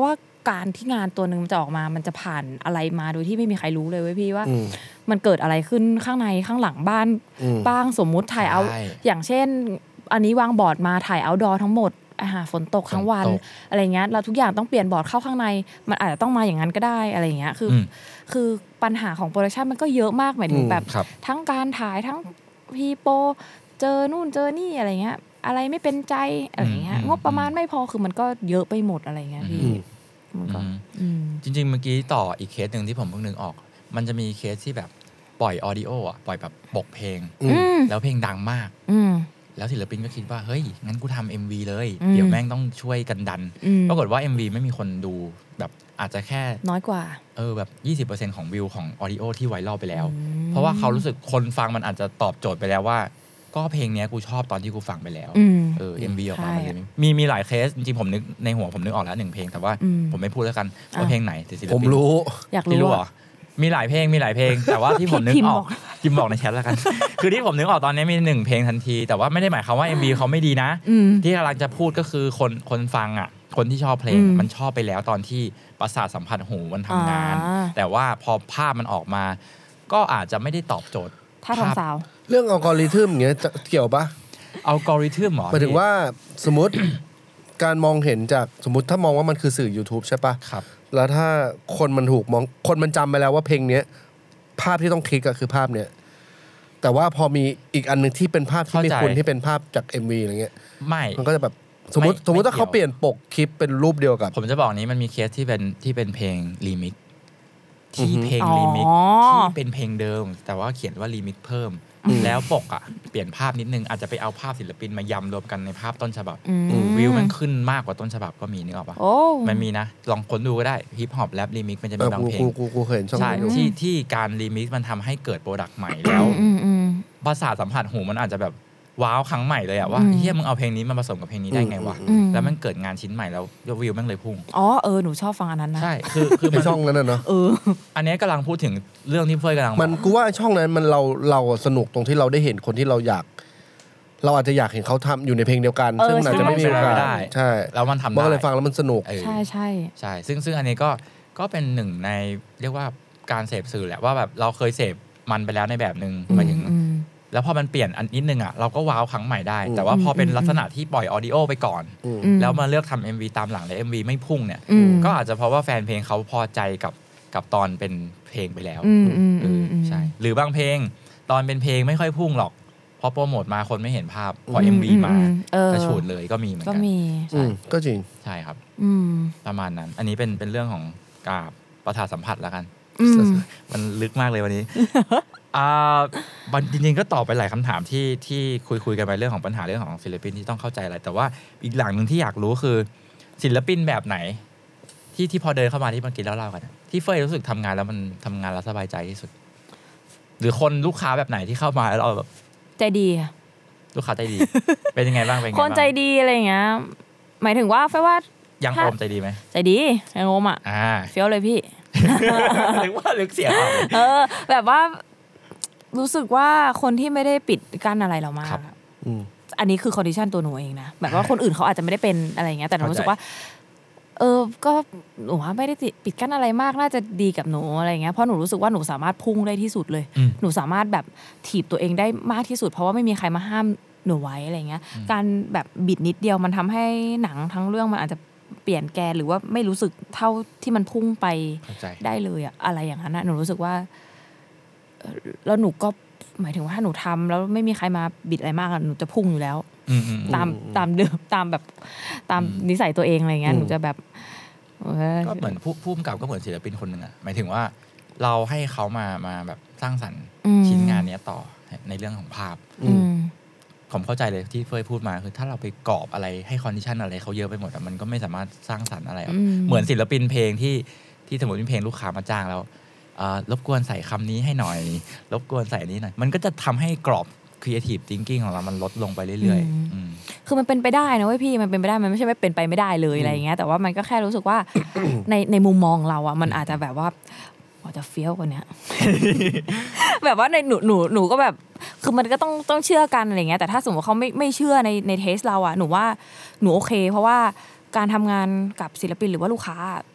การที่งานตัวนึงมันจะออกมามันจะผ่านอะไรมาโดยที่ไม่มีใครรู้เลยเว้ยพี่ว่ามันเกิดอะไรขึ้นข้างในข้างหลังบ้านบ้างสมมุติถ่ายเอาอย่างเช่นอันนี้วางบอร์ดมาถ่ายเอาท์ดอร์ทั้งหมดอาหาฝนตกทั้งวันอะไรเงี้ยเราทุกอย่างต้องเปลี่ยนบอร์ดเข้าข้างในมันอาจจะต้องมาอย่างนั้นก็ได้อะไรเงี้ยคือคือปัญหาของโปรดักชันมันก็เยอะมากหมายถึงแบบทั้งการถ่ายทั้งพีโปเจอนู่นเจอนี่อะไรเงี้ยอะไรไม่เป็นใจอะไรเงี้ยงบประมาณไม่พอคือมันก็เยอะไปหมดอะไรเงี้ยพี่มันก็จริงๆเมื่อกี้ต่ออีกเคสนึงที่ผมเพิ่งนึกออกมันจะมีเคสที่แบบปล่อยออดิโออ่ะปล่อยแบบปกเพลงแล้วเพลงดังมากแล้วศิลปินก็คิดว่าเฮ้ยงั้นกูทำ เอ็ม วี เลยเดี๋ยวแม่งต้องช่วยกันดันปรากฏว่า เอ็ม วี ไม่มีคนดูแบบอาจจะแค่น้อยกว่าเออแบบ ยี่สิบเปอร์เซ็นต์ ของวิวของออดิโอที่ไวรัลไปแล้วเพราะว่าเขารู้สึกคนฟังมันอาจจะตอบโจทย์ไปแล้วว่าก็เพลงนี้กูชอบตอนที่กูฟังไปแล้วเออ เอ็ม วี ออกมามันเลยมีมีหลายเคสจริงๆผมนึกในหัวผมนึกออกแล้วหนึ่งเพลงแต่ว่าผมไม่พูดแล้วกันว่าเพลงไหนศิลปินผมรู้อยากรู้อ่ะมีหลายเพลงมีหลายเพลงแต่ว่าที่ผมนึกออกพิมพ์บอกในแชทแล้วกันคือที่ผมนึกออกตอนนี้มีหนึ่งเพลงทันทีแต่ว่าไม่ได้หมายความว่า เอ็ม วี เขาไม่ดีนะที่กำลังจะพูดก็คือคนคนฟังอ่ะคนที่ชอบเพลงมันชอบไปแล้วตอนที่ประสาทสัมผัสหูมันทำงานแต่ว่าพอภาพมันออกมาก็อาจจะไม่ได้ตอบโจทย์ถ้าทองสาวเรื่องอัลกอริทึมอย่างเงี้ยเกี่ยวปะอัลกอริทึมหรอหมายถึงว่าสมมติการมองเห็นจากสมมติถ้ามองว่ามันคือสื่อ YouTube ใช่ปะครับแล้วถ้าคนมันถูกมองคนมันจำไปแล้วว่าเพลงเนี้ยภาพที่ต้องคลิกก็คือภาพเนี้ยแต่ว่าพอมีอีกอันนึงที่เป็นภาพที่มีคุณที่เป็นภาพจาก เอ็ม วี อะไรเงี้ยไม่มันก็จะแบบสมมติสมมติถ้าเขาเปลี่ยนปกคลิปเป็นรูปเดียวกับผมจะบอกนี้มันมีเคสที่เป็นที่เป็นเพลงรีมิกซ์ที่เพลงรีมิกซ์ที่เป็นเพลงเดิมแต่ว่าเขียนว่ารีมิกซ์เพิ่มแล้วปกอ่ะเปลี่ยนภาพนิดนึงอาจจะไปเอาภาพศิลปินมายำรวมกันในภาพต้นฉบับวิวมันขึ้นมากกว่าต้นฉบับก็มีนึกออกปะมันมีนะลองค้นดูก็ได้ฮิปฮอปแรปรีมิกซ์มันจะมีบางเพลงกูเคยเห็นใช่ที่ที่การรีมิกซ์มันทำให้เกิดโปรดักต์ใหม่แล้วประสาทสัมผัสหูมันอาจจะแบบว้าวครั้งใหม่เลยอะว่าเฮียมึงเอาเพลงนี้มาผสมกับเพลงนี้ได้ไงวะแล้วมันเกิดงานชิ้นใหม่แล้ววิวแม่งเลยพุ่งอ๋อเออหนูชอบฟังอันนั้นนะใช่คือคือมันช่องนั้นน่ะเนาะเอออันนี้กำลังพูดถึงเรื่องที่เฟยกำลังมันกูว่าช่องนั้นมันเราเราสนุกตรงที่เราได้เห็นคนที่เราอยากเราอาจจะอยากเห็นเขาทำอยู่ในเพลงเดียวกันซึ่งอาจจะไม่มีโอกาสใช่แล้วมันทำได้เมื่อเลยฟังแล้วมันสนุกใช่ใช่ใช่ซึ่งซึ่งอันนี้ก็ก็เป็นหนึ่งในเรียกว่าการเสพสื่อแหละว่าแบบเราเคยเสพมันไปแล้วในแบบนึงหมายถึงแล้วพอมันเปลี่ยนอันนิดนึงอ่ะเราก็ว้าวครั้งใหม่ได้แต่ว่าพอเป็นลักษณะที่ปล่อยออดิโอไปก่อนแล้วมาเลือกทำ เอ็ม วี ตามหลังแล้ว เอ็ม วี ไม่พุ่งเนี่ยก็อาจจะเพราะว่าแฟนเพลงเขาพอใจกับกับตอนเป็นเพลงไปแล้วใช่หรือบางเพลงตอนเป็นเพลงไม่ค่อยพุ่งหรอกพอโปรโมทมาคนไม่เห็นภาพพอ เอ็ม วี มากระฉูดเลยก็มีเหมือนกันก็จริงใช่ครับประมาณนั้นอันนี้เป็นเป็นเรื่องของการประสาทสัมผัสแล้วกันมันลึกมากเลยวันนี้อ่าจริงๆก็ตอบไปหลายคำถามที่ที่คุยคุยกันไปเรื่องของปัญหาเรื่องของศิลปินที่ต้องเข้าใจอะไรแต่ว่าอีกหลังนึงที่อยากรู้คือศิลปินแบบไหนที่ที่พอเดินเข้ามาที่เมื่อกี้เล่าๆกันที่เฟยรู้สึกทำงานแล้วมันทำงานแล้วสบายใจที่สุดหรือคนลูกค้าแบบไหนที่เข้ามาแล้วเราแบบใจดีค่ะลูกค้าใจดีเป็นยังไงบ้างเป็นยังไงคนใจดีอะไรอย่างเงี้ยหมายถึงว่าเฟยว่ายังโอมใจดีไหมใจดียังโอมอ่ะเฟี้ยวเลยพี่นึกว่าลึกเสียงเออแบบว่ารู้สึกว่าคนที่ไม่ได้ปิดกั้นอะไรเรามากอันนี้คือคอนดิชันตัวหนูเองนะแบบว่าคนอื่นเขาอาจจะไม่ได้เป็นอะไรอย่างเงี้ยแต่หนูรู้สึกว่าเออก็หนูว่าไม่ได้ปิดกั้นอะไรมากน่าจะดีกับหนูอะไรเงี้ยเพราะหนูรู้สึกว่าหนูสามารถพุ่งได้ที่สุดเลยหนูสามารถแบบถีบตัวเองได้มากที่สุดเพราะว่าไม่มีใครมาห้ามหนูไว้อะไรเงี้ยการแบบบิดนิดเดียวมันทำให้หนังทั้งเรื่องมันอาจจะเปลี่ยนแกนหรือว่าไม่รู้สึกเท่าที่มันพุ่งไปได้เลยอะอะไรอย่างนั้นนะหนูรู้สึกว่าแล้วหนูก็หมายถึงว่าถ้าหนูทำแล้วไม่มีใครมาบิดอะไรมากหนูจะพุ่งอยู่แล้วตามตามเดิมตามแบบตามนิสัยตัวเองอะไรเงี้ยหนูจะแบบก็เหมือนผู้ผู้กำกับก็เหมือนศิลปินคนหนึ่งอะหมายถึงว่าเราให้เขามามาแบบสร้างสรรค์ชิ้นงานนี้ต่อในเรื่องของภาพผมเข้าใจเลยที่เฟยพูดมาคือถ้าเราไปกรอบอะไรให้คอนดิชันอะไรเขาเยอะไปหมดมันก็ไม่สามารถสร้างสรรค์อะไรเหมือนศิลปินเพลงที่ที่สมมติมีเพลงลูกค้ามาจ้างแล้วรบกวนใส่คำนี้ให้หน่อยรบกวนใส่นี้หน่อยมันก็จะทำให้กรอบ creative thinking ของเรามันลดลงไปเรื่อยๆคือมันเป็นไปได้นะเว้ยพี่มันเป็นไปได้มันไม่ใช่ไม่เป็นไปไม่ได้เลยอะไรอย่างเงี้ยแต่ว่ามันก็แค่รู้สึกว่าในในมุมมองเราอ่ะมันอาจจะแบบว่าอาจจะเฟี้ยวกว่านี้ แบบว่าในหนูหนูหนูก็แบบคือมันก็ต้องต้องเชื่อกันอะไรเงี้ยแต่ถ้าสมมติเขาไม่ไม่เชื่อในในเทสเราอ่ะหนูว่าหนูโอเคเพราะว่าการทำงานกับศิลปินหรือว่าลูกค้า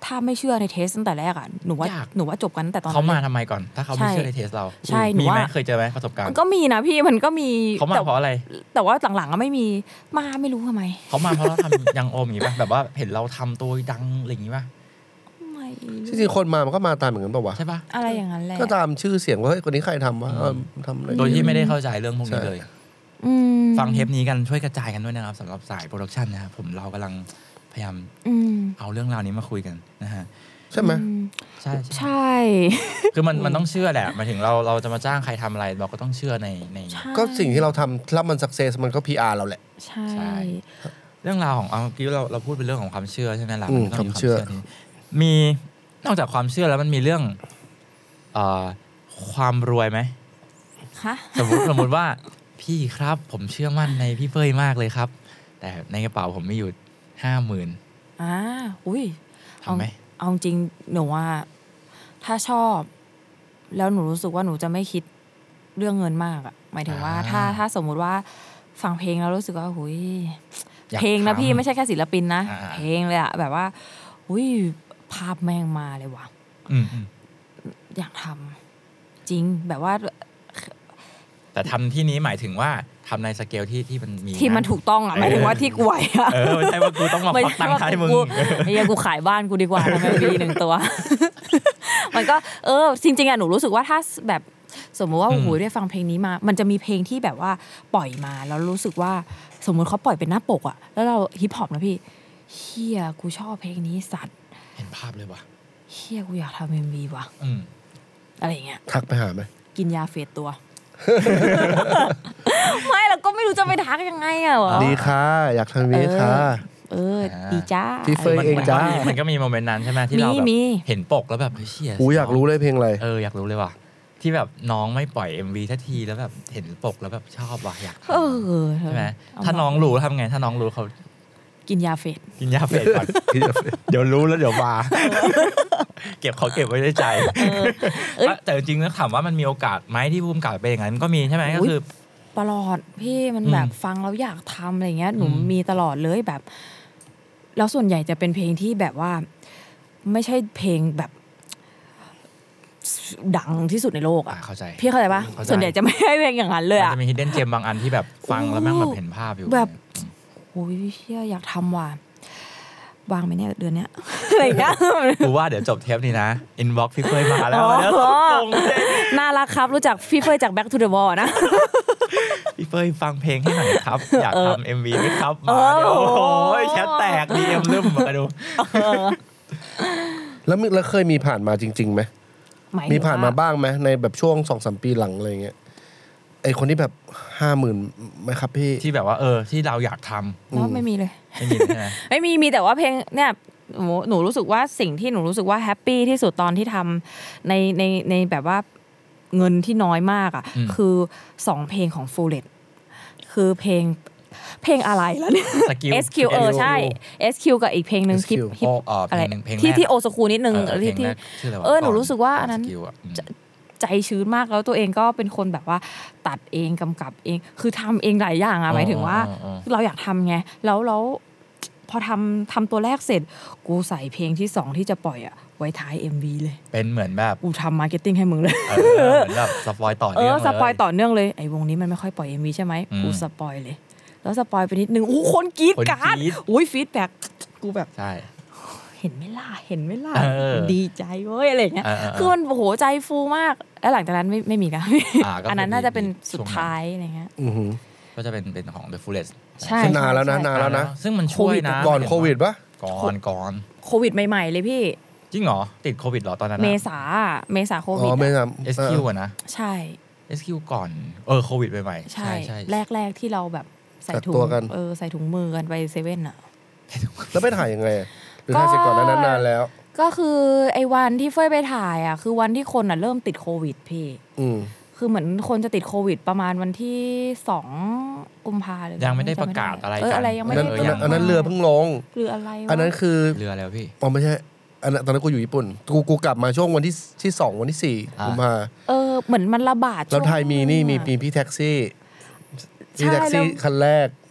ถ้าไม่เชื่อในเทสตั้งแต่แรกอ่ะหนูว่าหนูว่าจบกันตั้งแต่ตอนนั้นเขามาทำไมก่อนถ้าเขาไม่เชื่อในเทสเราใช่หนูว่ามีไหมเคยเจอไหมประสบการณ์ก็มีนะพี่มันก็มีเขามาเพราะอะไรแต่ว่าหลังๆก็ไม่มีมาไม่รู้ทำไมเขามาเพราะเราทำยังโอมอย่างนี้ป่ะแบบว่าเห็นเราทำตัวดังอะไรอย่างนี้ป่ะไม่จริงๆคนมามันก็มาตามเหมือนกันป่าววะใช่ป่ะอะไรอย่างนั้นแหละก็ตามชื่อเสียงว่าเฮ้ยคนนี้ใครทำวะทำอะไรโดยที่ไม่ได้เข้าใจเรื่องพวกนี้เลยฟังเทปนี้กันช่วยกระจายกันด้วยนะครับสำหรับสายโปรดักชันนะครับผมเรากำลังพยายามเอาเรื่องราวนี้มาคุยกันนะฮะใช่ไหมใช่ใช่คือมันมันต้องเชื่อแหละหมายถึงเราเราจะมาจ้างใครทำอะไรเราก็ต้องเชื่อในในก็สิ่งที่เราทำแล้วมันสักเซสมันก็ พี อาร์ เราแหละใช่เรื่องราวของเมื่อกี้เราเราพูดเป็นเรื่องของความเชื่อใช่ไหมล่ะความเชื่อมีนอกจากความเชื่อแล้วมันมีเรื่องเอ่อความรวยไหมคะสมมติสมมติว่าพี่ครับผมเชื่อมั่นในพี่เฟยมากเลยครับแต่ในกระเป๋าผมมีอยู่ห้าหมื่นอ่าอุ้ยทำไหมเอาจริงหนูว่าถ้าชอบแล้วหนูรู้สึกว่าหนูจะไม่คิดเรื่องเงินมากอ่ะหมายถึงว่าถ้าถ้าสมมุติว่าฟังเพลงแล้วรู้สึกว่าหุยเพลงนะพี่ไม่ใช่แค่ศิลปินนะเพลงเลยอ่ะแบบว่าหุยภาพแม่งมาเลยว่ะอยากทำจริงแบบว่าแต่ทำที่นี้หมายถึงว่าทำในสเกลที่ที่มันมีที่มันถูกต้องอ่ะหมายถึงว่าที่กูไหวอ่ะเออไม่ใช่ว่ากูต้องมาควักตังค์ให้มึงไอ้ยังกูขายบ้านกูดีกว่าทำไมมีหนึ่งตัวมันก็เออจริงๆอ่ะหนูรู้สึกว่าถ้าแบบสมมติว่าโอ้โหได้ฟังเพลงนี้มามันจะมีเพลงที่แบบว่าปล่อยมาแล้วรู้สึกว่าสมมติเขาปล่อยเป็นหน้าปกอ่ะแล้วเราฮิปฮอปนะพี่เฮียกูชอบเพลงนี้สัตว์เห็นภาพเลยว่ะเฮียกูอยากทำเอ็มวีว่ะอะไรอย่างเงี้ยทักไปหาไหมกินยาเฟสตัวไม่เราก็ไม่รู้จะไปทักยังไงอ่ะดีค่ะอยากทำวีค่ะเออดีจ้าพี่เฟยเองจ้ามันก็มีโมเมนต์นั้นใช่ไหมที่เราแบบเห็นปกแล้วแบบเชี่ยกูอยากรู้เลยเพลงอะไรเอออยากรู้เลยว่ะที่แบบน้องไม่ปล่อย เอ็ม วี ทันทีแล้วแบบเห็นปกแล้วแบบชอบว่ะอยากเออใช่ไหมถ้าน้องรู้ทำไงถ้าน้องรู้เขากินยาเฟสกินยาเฟสก่อนเดี๋ยวรู้แล้วเดี๋ยวมาเก็บเขาเก็บไว้ในใจแต่จริงๆแล้วถามว่ามันมีโอกาสไหมที่ภูมิกับเป็นอย่างนั้นก็มีใช่ไหมก็คือตลอดพี่มันแบบฟังแล้วอยากทำอะไรเงี้ยหนูมีตลอดเลยแบบแล้วส่วนใหญ่จะเป็นเพลงที่แบบว่าไม่ใช่เพลงแบบดังที่สุดในโลกอ่ะเข้าใจพี่เข้าใจปะส่วนใหญ่จะไม่ใช่เพลงอย่างนั้นเลยอ่ะจะมี hidden gem บางอันที่แบบฟังแล้วแม่งแบบเห็นภาพอยู่แบบโอ้ยเชี่ยอยากทำว่ะวางไหมเนี่ยเดือนเนี้ยอะไรเงี้ยกูว่าเดี๋ยวจบเทปนี้นะ inbox พี่เฟยมาแล้วแล้วน่ารักครับรู้จักพี่เฟยจาก Back to the Wall นะพี่เฟยฟังเพลงให้หน่อยครับอยากทำ เอ็ม วี ไหมครับมาเดี๋ยวโอ้ยแชทแตก ดี เอ็ม เริ่มมาดูแล้วแล้วเคยมีผ่านมาจริงๆไหมมีผ่านมาบ้างไหมในแบบช่วง สองสาม ปีหลังอะไรเงี้ยไอคนที่แบบห้าหมื่นไหมครับพี่ที่แบบว่าเออที่เราอยากทำเนาะไม่มีเลยไม่มีใช่ไหมไม่มีมีแต่ว่าเพลงเนี่ยหนูหนูรู้สึกว่าสิ่งที่หนูรู้สึกว่าแฮปปี้ที่สุดตอนที่ทำในในในแบบว่าเงินที่น้อยมากอ่ะคือสองเพลงของ Fulllet คือเพลงเพลงอะไรแล้วเนี่ย เอส คิว เออใช่ เอส คิว กับอีกเพลงนึงฮิปฮิปอะไรที่ที่โอสคูนิดนึงที่ที่เออหนูรู้สึกว่าอันนั้นใจชื้นมากแล้วตัวเองก็เป็นคนแบบว่าตัดเองกำกับเองคือทำเองหลายอย่างอะหมายถึงว่าเราอยากทำไงแล้วแล้วพอทำทำตัวแรกเสร็จกูใส่เพลงที่สองที่จะปล่อยอะไว้ท้าย เอ็ม วี เลยเป็นเหมือนแบบกูทำมาร์เก็ตติ้งให้มึงเลยเหมือนแบบสปอยต่อเนื่องเออสปอยต่อเนื่องเลยไอ้วงนี้มันไม่ค่อยปล่อย เอ็ม วี ใช่ไหมกูสปอยเลยแล้วสปอยไปนิดนึงโอ้คนกรี๊ดกราดอุ้ยฟีดแบ็กกูแบบใช่เห็นไหมล่ะเห็นไหมล่ะดีใจเว้ยอะไรเงี้ยคือมันโหใจฟูมากแล้วหลังจากนั้นไม่ไม่มีกันอันนั้นน่าจะเป็นสุดท้ายอะไรเงี้ยก็จะเป็นเป็นของ The Fullest ใช่นานแล้วนะนานแล้วนะซึ่งมันช่วยนะก่อนโควิดปะก่อนก่อนโควิดใหม่ๆเลยพี่จริงเหรอติดโควิดเหรอตอนนั้นเมษาเมษาโควิดอ๋อเมษาเอส คิว อ่ะนะใช่เอส คิว ก่อนเออโควิดใหม่ๆใช่ใช่แรกๆที่เราแบบใส่ถุงเออใส่ถุงมือกันไปเซเว่นอ่ะแล้วไปถ่ายยังไงหรือถ่ายเสร็จก่อนนั้นนานแล้วก็คือไอ้วันที่เฟยไปถ่ายอ่ะคือวันที่คนอ่ะเริ่มติดโควิดพี่คือเหมือนคนจะติดโควิดประมาณวันที่สองกุมภาพันธ์ยังไม่ได้ประกาศอะไรกันอะไรยังไม่ได้อันนั้นเรือเพิ่งลงเรืออะไรอันนั้นคือเรือแล้วพี่อ๋อไม่ใช่อันนั้นตอนนั้นกูอยู่ญี่ปุ่นกูกูกลับมาช่วงวันที่ที่สองวันที่สี่กุมภาเออเหมือนมันระบาดแล้วไทยมีนี่มีมีพี่แท็กซี่พี่แท็กซี่คันแรก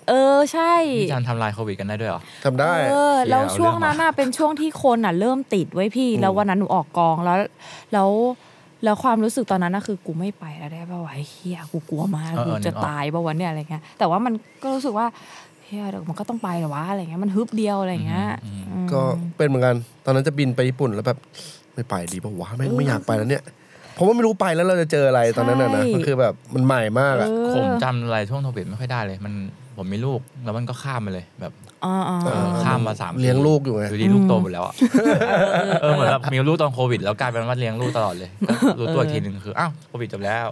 เออใช่มีการทำลายโควิดกันได้ด้วยเหรอทำได้เออแล้วช่วงนั้นน่ะเป็นช่วงที่คนอ่ะเริ่มติดไว้พี่แล้ววันนั้นหนูออกกองแล้วแล้วแล้วความรู้สึกตอนนั้นน่ะคือกูไม่ไปแล้วได้ป่าววะเฮียกูกลัวมากกูจะตายป่าววะเนี่ยอะไรเงี้ยแต่ว่ามันก็รู้สึกว่าเฮียเดี๋ยวมันก็ต้องไปเหรอวะอะไรเงี้ยมันฮึบเดียวอะไรเงี้ยก็เป็นเหมือนกันตอนนั้นจะบินไปญี่ปุ่นแล้วแบบไม่ไปดีป่าววะไม่ไม่อยากไปแล้วเนี่ยเพราะว่าไม่รู้ไปแล้วเราจะเจออะไรตอนนั้นน่ะนะมันคือแบบมันใหม่มากอ่ะผมจำอะไรช่วงโควิดไม่ค่อยได้เลยมันผมมีลูกแล้วมันก็ข้ามไปเลยแบบข้ามมาสามเลี้ยงลูกอยู่ไงอยู่ดีลูกโตหมดแล้วอ่ะเออเหมือนแบบมีลูกตอนโควิดแล้วกลายเป็นว่าเลี้ยงลูกตลอดเลยรู้ตัวอีกทีนึงคืออ้าวโควิดจบแล้ว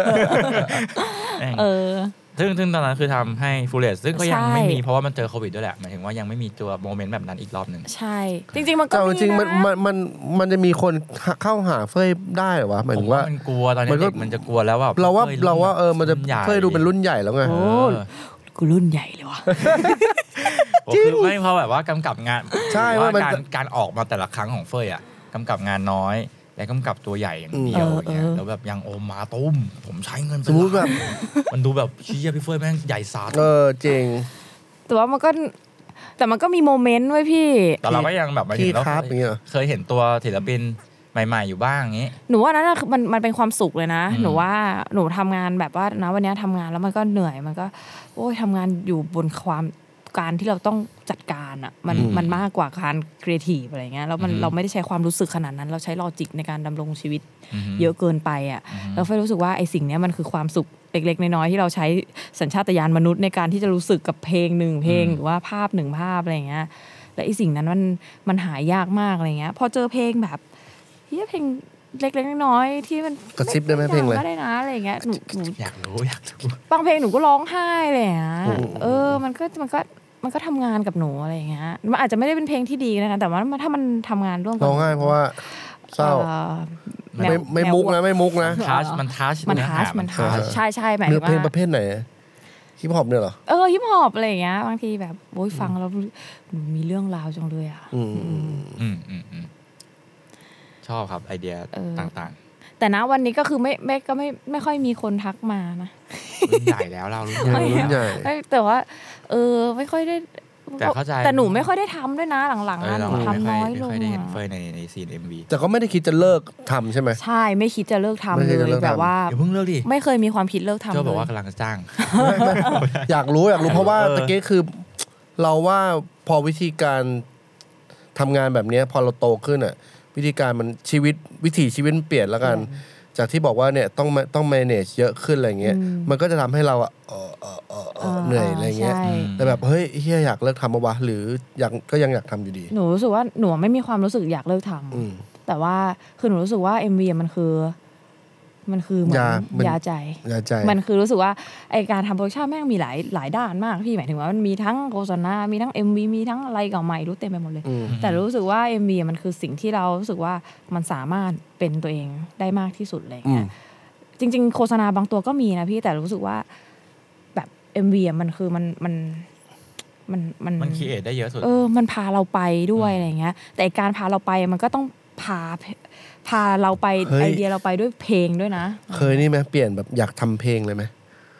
เออซึ่งซึ่งตอนนั้นคือทำให้ฟูลเลสซึ่งก็ยังไม่มีเพราะว่ามันเจอโควิดด้วยแหละหมายถึงว่ายังไม่มีตัวโมเมนต์แบบนั้นอีกรอบหนึ่งใช่จริงๆมันก็มีนะจริงๆมันมันมันจะมีคนเข้าหาเฟยได้หรอวะหมายถึงว่ามันกลัวตอนนี้เด็กมันจะกลัวแล้วว่าเราว่าเราว่าเออมันจะเฟยดูเป็นรุ่นใหญ่แล้วไงโอ้กูรุ่นใหญ่เลยวะคือไม่เพราะแบบว่ากำกับงานใช่ว่าการการออกมาแต่ละครั้งของเฟยอ่ะกำกับงานน้อยและกำกับตัวใหญ่อย่างเดียวเนี่ยแล้วแบบยังโอมาตุ้มผมใช้เงินสมมุติแบบมันดูแบบเชี่ยพี่เฟยแม่งใหญ่ซาดเออจริงแต่ว่ามันก็แต่มันก็มีโมเมนต์ไว้พี่แต่เราก็ยังแบบไม่เห็นเราเคยเห็นตัวศิลปินใหม่ๆอยู่บ้างอย่างงี้หนูว่านั้นคือมันมันเป็นความสุขเลยนะหนูว่าหนูทำงานแบบว่านะวันนี้ทำงานแล้วมันก็เหนื่อยมันก็โอ้ยทำงานอยู่บนความการที่เราต้องจัดการอ่ะมันมันมากกว่าการครีเอทีฟอะไรเงี้ยแล้วมันเราไม่ได้ใช้ความรู้สึกขนาดนั้นเราใช้ลอจิกในการดำรงชีวิตเยอะเกินไปอ่ะแล้วเฟยรู้สึกว่าไอ้สิ่งนี้มันคือความสุขเล็กๆน้อยๆที่เราใช้สัญชาตญาณมนุษย์ในการที่จะรู้สึกกับเพลงหนึ่งเพลงหรือว่าภาพหนึ่งภาพอะไรเงี้ยและไอ้สิ่งนั้นมันมันหายากมากอะไรเงี้ยพอเจอเพลงแบบเฮ้ยเพลงเล็กๆน้อยๆที่มันกระซิบได้ไหมเพลงเลยก็ได้นะอะไรเงี้ยหนูอยากรู้อยากรู้บางเพลงหนูก็ร้องไห้เลยอ่ะเออมันก็มันก็มันก็ทำงานกับหนูอะไรอย่างเงี้ยมันอาจจะไม่ได้เป็นเพลงที่ดีนะแต่ว่าถ้ามันทำงานร่วมกันร้องไห้เพราะว่าเศร้าไม่ไม่มุกนะไม่มุกนะทัชมันทัชมันทัชมันทัชใช่ใช่หมายถึงว่าเพลงประเภทไหนฮิปฮอปเนี่ยเหรอเออฮิปฮอปอะไรอย่างเงี้ยบางทีแบบโอ๊ยฟังแล้วหนูมีเรื่องราวจังเลยอ่ะอืมอืมอืมชอบครับไอเดียต่างๆแต่นะวันนี้ก็คือไม่ไม่ก็ไม่ไม่ค่อยมีคนทักมานะรุ่นใหญ่แล้วเรารุ่นใหญ่รุ่นใหญ่แต่ว่าเออไม่ค่อยได้แต่เข้าใจแต่หนูไม่ค่อยได้ทำด้วยนะหลังๆหนูทำน้อยลงไม่ค่อยได้เห็นเฟยในในซีน เอ็ม วีแต่ก็ไม่ได้คิดจะเลิกทำใช่ไหมใช่ไม่คิดจะเลิกทำเลยแบบว่าอย่าเพิ่งเลิกดิไม่เคยมีความคิดเลิกทำเลยก็บอกว่ากำลังจ้างอยากรู้อยากรู้เพราะว่าตะเกียคือเราว่าพอวิธีการทำงานแบบนี้พอเราโตขึ้นอ่ะวิธีการมันชีวิตวิถีชีวิตเปลี่ยนแล้วกันจากที่บอกว่าเนี่ยต้องต้อง manage เยอะขึ้นอะไรเงี้ยมันก็จะทำให้เราอ่ะเออเออเออเออเหนื่อยอะไรเงี้ยแต่แบบเฮ้ยเฮียอยากเลิกทำมาวะหรืออยากก็ยังอยากทำอยู่ดีหนูรู้สึกว่าหนูไม่มีความรู้สึกอยากเลิกทำแต่ว่าคือหนูรู้สึกว่า เอ็ม วี มันคือมันคือเหมือนยาใจยาใจมันคือรู้สึกว่าไอการทำโปรดักชั่นแม่งมีหลายหลายด้านมากพี่หมายถึงว่ามันมีทั้งโฆษณามีทั้ง เอ็ม วี มีทั้งอะไรเก่าใหม่รู้เต็มไปหมดเลยแต่รู้สึกว่า เอ็ม วี มันคือสิ่งที่เรารู้สึกว่ามันสามารถเป็นตัวเองได้มากที่สุดอะไรเงี้ยจริงๆโฆษณาบางตัวก็มีนะพี่แต่รู้สึกว่าแบบ เอ็ม วี อ่ะมันคือมันมันมันมันมันครีเอทได้เยอะสุดเออมันพาเราไปด้วยอะไรเงี้ยแต่การพาเราไปมันก็ต้องพาพาเราไปไอเดียเราไปด้วยเพลงด้วยนะเคยนี่ไหมเปลี่ยนแบบอยากทำเพลงเลยไหม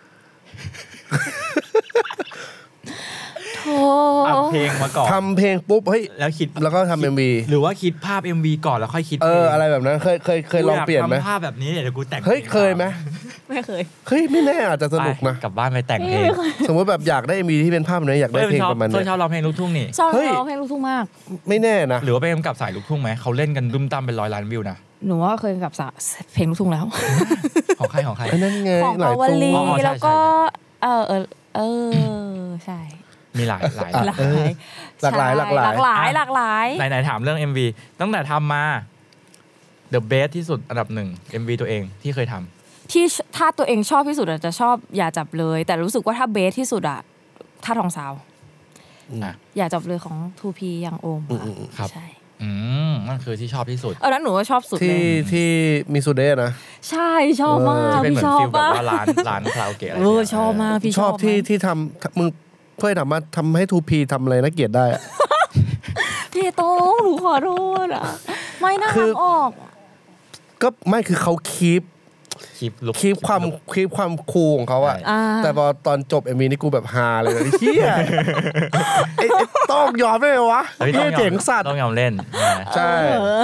โธ่อัดเพลงมาก่อนทำเพลงปุ๊บเฮ้ยแล้วคิดแล้วก็ทำ เอ็ม วีหรือว่าคิดภาพ เอ็ม วี ก่อนแล้วค่อยคิดเอออะไรแบบนั้นเคยเคยเคยลองเปลี่ยนไหมทำภาพแบบนี้เดี๋ยวกูแต่งเฮ้ยเคยไหมไม่เคยเฮ้ยไม่แน่อาจจะสนุกนะกลับบ้านไปแต่งเพลงสมมติแบบอยากได้ เอ็ม วี ที่เป็นภาพนี้อยากได้เพลงประมาณนี้ชอบร้องเพลงลูกทุ่งนี่ชอบร้องเพลงลูกทุ่งมากไม่แน่นะหรือว่าไปกำกับสายลูกทุ่งไหมเขาเล่นกันดุ้มตั้มเป็นร้อยล้านวิวนะหนูว่าเคยกับเพลงลูกทุ่งแล้วของใครของใครนั่นไงของปาวลีแล้วก็เออเออเออใช่มีหลายหลายหลากหลายหลากหลายหลากหลายหลากหลายไหนไหนถามเรื่อง เอ็ม วี ตั้งแต่ทำมา The Best ที่สุดอันดับหนึ่ง เอ็ม วี ตัวเองที่เคยทำที่ถ้าตัวเองชอบที่สุดอาจจะชอบอย่าจับเลยแต่รู้สึกว่าถ้าเบสที่สุดอะท่าทองสาวอย่าจับเลยของ ทู พี ยังโอมครับใช่อืมนั่นคือที่ชอบที่สุดเออนั้นหนูก็ชอบสุดเลยที่ที่มิซูเดะนะใช่ชอบมากที่เป็นเหมือนฟิลแบบว่าร้านร้านคาราโอเกะอะไรเออชอบมากพี่ชอบที่ที่ทำมึงเพื่อทำมาทำให้ ทู พี ทำอะไรน่าเกลียดได้อะพี่โต้งหนูขอโทษอ่ะไม่น่ารักออกก็ไม่คือเขาคีปคคีปลุกคีปความคีปความคูลของเขาอะแต่พอตอนจบ เอ็ม วี นี่กูแบบฮาเลยนะเหี้ยไอ้ต้องยอมได้ไหมวะเหี้ยเจ๋งสัตว์ต้องยอมเล่นใช่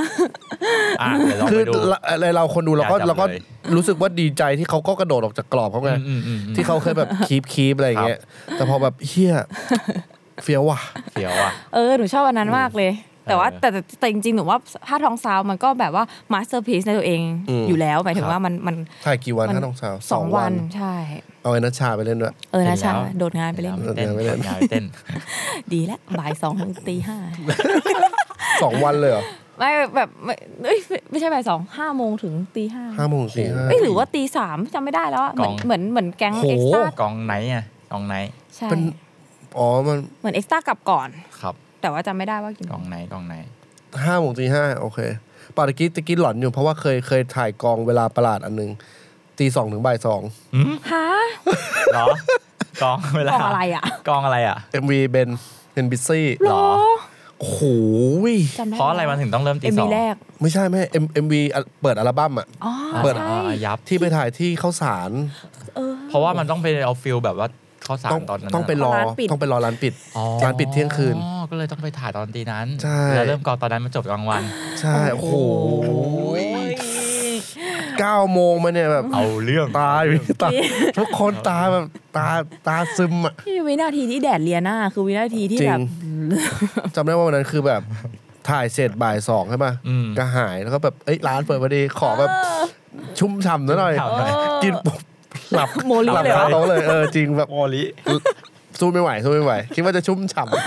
คืออะไรเราคนดูเราก็เราก็รู้สึกว่าดีใจที่เขาก็กระโดดออกจากกรอบเขาไงที่เขาเคยแบบคีปคีปอะไรอย่างเงี้ยแต่พอแบบเหี้ยเฟี้ยวว่ะเฟี้ยวว่ะเออหนูชอบอันนั้นมากเลยแต่ว่าแต่แต่จริงๆหนูว่าถ้าทองซาวมันก็แบบว่ามาสเตอร์พีซในตัวเองอยู่แล้วหมายถึงว่ามันมันถ่ายกี่วันถ้าทองซาวสองวันใช่เอาไอ้นัชชาไปเล่นด้วยเออนัชชาโดดงานไปเล่นเต้นโดดงานเต้นดีแล้วบ่ายสองถึงตีห้าสองวันเลยเหรอไม่แบบไม่ไม่ใช่บ่ายสองห้าโมงถึงตีห้าห้าโมงถึงตีห้าเอ้ยหรือว่าตีสามจำไม่ได้แล้วเหมือนเหมือนเหมือนแก๊งเอ็กซ์ต้ากองไหนอ่ะกองไหนใช่อ๋อมันเหมือนเอ็กซ์ต้ากลับก่อนครับแต่ว่าจำไม่ได้ว่ากี่กองไหนกองไหนห้าโมงตีห้าโอเคปาตะกี้ตะกี้หลอนอยู่เพราะว่าเคยเคยถ่ายกองเวลาประหลาดอันนึงตีสองถึงบ่ายสองฮะหรอกองเวลากองอะไรอ่ะกองอะไรอ่ะเอ็ม วี เบนเบนบิซซี่หรอโอ้โหเพราะอะไรมันถึงต้องเริ่มตีสองไม่ใช่ไม่เอ็มเอ็มวีเปิดอัลบั้มอ่ะเปิดยับที่ไปถ่ายที่ข้าวสารเพราะว่ามันต้องไปเอาฟิลแบบว่าข้าวสารตอนนั้นต้องไปรอต้องไปรอร้านปิดร้านปิดเที่ยงคืนก็เลยต้องไปถ่ายตอนตีนั้นใช่แล้วเริ่มกองตอนนั้นมันจบกลางวันใช่โอ้โหเก้าโมงมาเนี่ยแบบเอาเรื่องตายตาทุกคนตาแบบตาตาซึมอ่ะวินาทีที่แดดเลียหน้าคือวินาทีที่แบบจำได้ว่าวันนั้นคือแบบถ่ายเสร็จบ่ายสองใช่ป่ะก็หายแล้วก็แบบเอ้ยร้านเปิดพอดีขอแบบชุ่มฉ่ำหน่อยกินปุ๊บหลับโมลิหลับคาโต๊ะเลยเออจริงแบบโมลิสู้ไม่ไหวสู้ไม่ไหวคิดว่าจะชุ่มฉ่ำ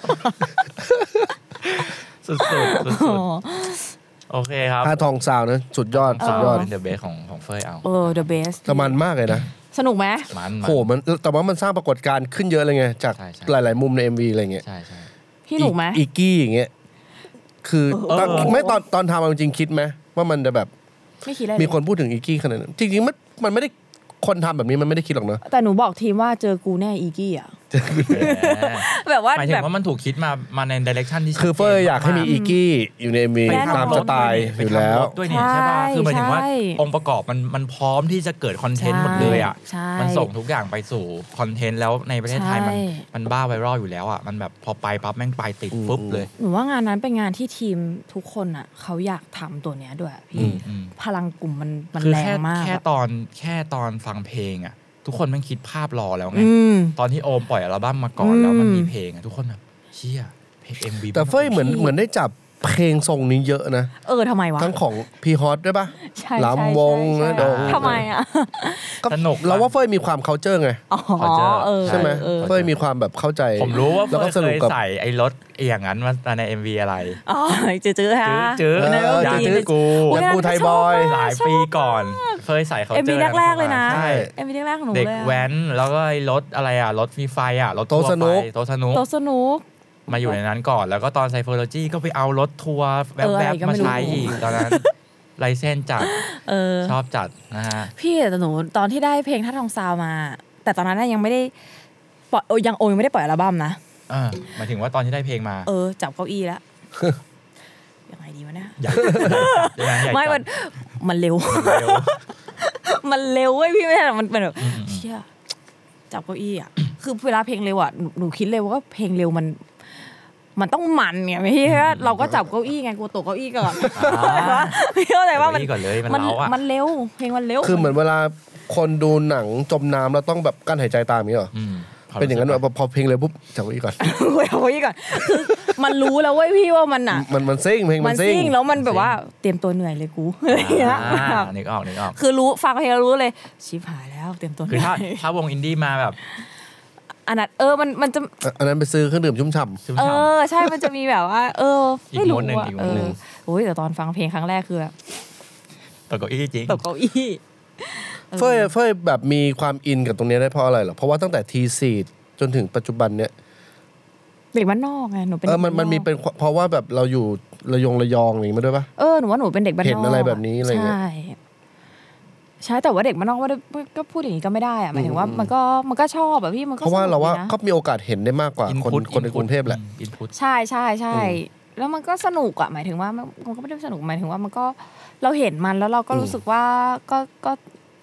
สุดๆโอเคครับถ้าทองซาวนะสุดยอดสุดยอดเป็นเดอะเบสของของเฟยเอาเออเดอะเบสแต่มันมากเลยนะสนุกไหมมันโหมันแต่ว่ามันสร้างปรากฏการณ์ขึ้นเยอะเลยไงจากหลายๆมุมใน เอ็ม วี อะไรเงี้ยใช่ใช่พี่หนุกไหมอีกี้อย่างเงี้ยคือไม่ตอนตอนทำจริงคิดไหมว่ามันจะแบบไม่คิดเลยมีคนพูดถึงอีกี้ขนาดนั้นจริงๆมันมันไม่ได้คนทำแบบนี้มันไม่ได้คิดหรอกเนอะแต่หนูบอกทีมว่าเจอกูแน่อีกี้อ่ะแบบว่าหมายถึงว่ามันถูกคิดมามาในดิเรกชันที่คือเฟอร์อยากให้มีอีกี้อยู่ใน เอ็ม วี ตามสไตล์อยู่แล้วด้วยนี่ใช่ป่ะคือหมายถึงว่าองค์ประกอบมันมันพร้อมที่จะเกิดคอนเทนต์หมดเลยอ่ะมันส่งทุกอย่างไปสู่คอนเทนต์แล้วในประเทศไทยมันมันบ้าไวรัลอยู่แล้วอ่ะมันแบบพอไปปั๊บแม่งไปติดปุ๊บเลยหนูว่างานนั้นเป็นงานที่ทีมทุกคนอ่ะเขาอยากทำตัวเนี้ยด้วยพี่พลังกลุ่มมันมันแรงมากแค่ตอนแค่ตอนฟังเพลงอ่ะทุกคนมันคิดภาพรอแล้วไงตอนที่โอมปล่อยอัลบั้มมาก่อนแล้วมันมีเพลงทุกคนแบบเชี่ยเพลง เอ็ม วีแต่เฟยเหมือนเหมือนได้จับเพลงทรงนี้เยอะนะเออทำไมวะทั้งของพีฮอตด้วยป่ะลำวงนะโดงทำไมอ่ะสนุกเราว่าเฟยมีความเคาน์เตอร์ไงใช่ไหมเฟยมีความแบบเข้าใจผมรู้ว่าเฟยเคยใส่ไอ้รถอย่างนั้นมาใน เอ็ม วี อะไรอ๋อจื้อๆฮะจื้อๆจื้อกูยังกูไทยบอยหลายปีก่อนเฟยใส่เคาน์เตอร์เอ็ม วี แรกๆเลยนะ เอ็ม วี แรกๆของหนูเลยเด็กแว้นแล้วก็ไอ้รถอะไรอ่ะรถมีไฟอ่ะรถโตสนุกโตสนุกโตสนุกมาอยู่ในนั้นก่อนแล้วก็ตอนไซโฟโลจีก็ไปเอารถทัวร์แวบๆมาใช้อีกตอนนั้นไลเซนจัดชอบจัดนะฮะพี่แต่หนูตอนที่ได้เพลงท่าทองซาวมาแต่ตอนนั้นยังไม่ได้ปล่อยยังโอยังไม่ได้ปล่อยอัลบั้มนะอ่าหมายถึงว่าตอนที่ได้เพลงมาเออจับเก้าอี้แล้วยังไงดีวะเนี่ยไม่มันมันเร็วมันเร็วเว้ยพี่ไม่ใช่มันเป็นแบบเชี่ยจับเก้าอี้อ่ะคือเวลาเพลงเร็วอ่ะหนูคิดเลยว่าเพลงเร็วมันมันต้องมันไงไม่ใช่เราก็จับเก้าอี้ไงกูตกเก้าอี้ก่อนไม่เข้าใจว่ามันมันมันเร็วเพลงมันเร็วคือเหมือนเวลาคนดูหนังจมน้ำแล้วต้องแบบกั้นหายใจตามอย่างนี้เหรอเป็นอย่างนั้นแบบพอเพลงเลยปุ๊บจับเก้าอี้ก่อนจับเก้าอี้ก่อนคือมันรู้แล้วเว้ยพี่ว่ามันอ่ะมันมันซิ่งเพลงมันซิ่งแล้วมันแบบว่าเตรียมตัวเหนื่อยเลยกูอะไรอย่างเงี้ยนึกออกนึกออกคือรู้ฟังเพลงแล้วรู้เลยชิบหายแล้วเตรียมตัวคือถ้าถ้าวงอินดี้มาแบบอันนั้นเออมันมันจะอันนั้นไปซื้อเครื่องดื่มชุ่มฉ่ำเออใช่มันจะมีแบบว่าเออไม่รู้อ่ะเออโอ้ยแต่ตอนฟังเพลงครั้งแรกคือแบบตกเก้าอี้จริงตกเก้าอี้เฟยเฟยแบบมีความอินกับตรงนี้ได้เพราะอะไรหรอเพราะว่าตั้งแต่ทีซีจนถึงปัจจุบันเนี้ยเด็กบ้านนอกไงหนูเป็นเออมันมันมีเป็นเพราะว่าแบบเราอยู่ระยองระยองอย่างนี้มาด้วยป่ะเออหนูว่าหนูเป็นเด็กบ้านนอกเห็นอะไรแบบนี้อะไรเงี้ยใช่ใช่แต่ว่าเด็กบ้านนอกว่าก็พูดอย่างนี้ก็ไม่ได้อะหมายถึงว่ามันก็มันก็ชอบแบบพี่มันก็เพราะว่าเราว่าก็มีโอกาสเห็นได้มากกว่าคนคนในกรุงเทพแหละใช่ใช่ใช่แล้วมันก็สนุกอะหมายถึงว่ามันก็ไม่ได้สนุกหมายถึงว่ามันก็เราเห็นมันแล้วเราก็รู้สึกว่าก็ก็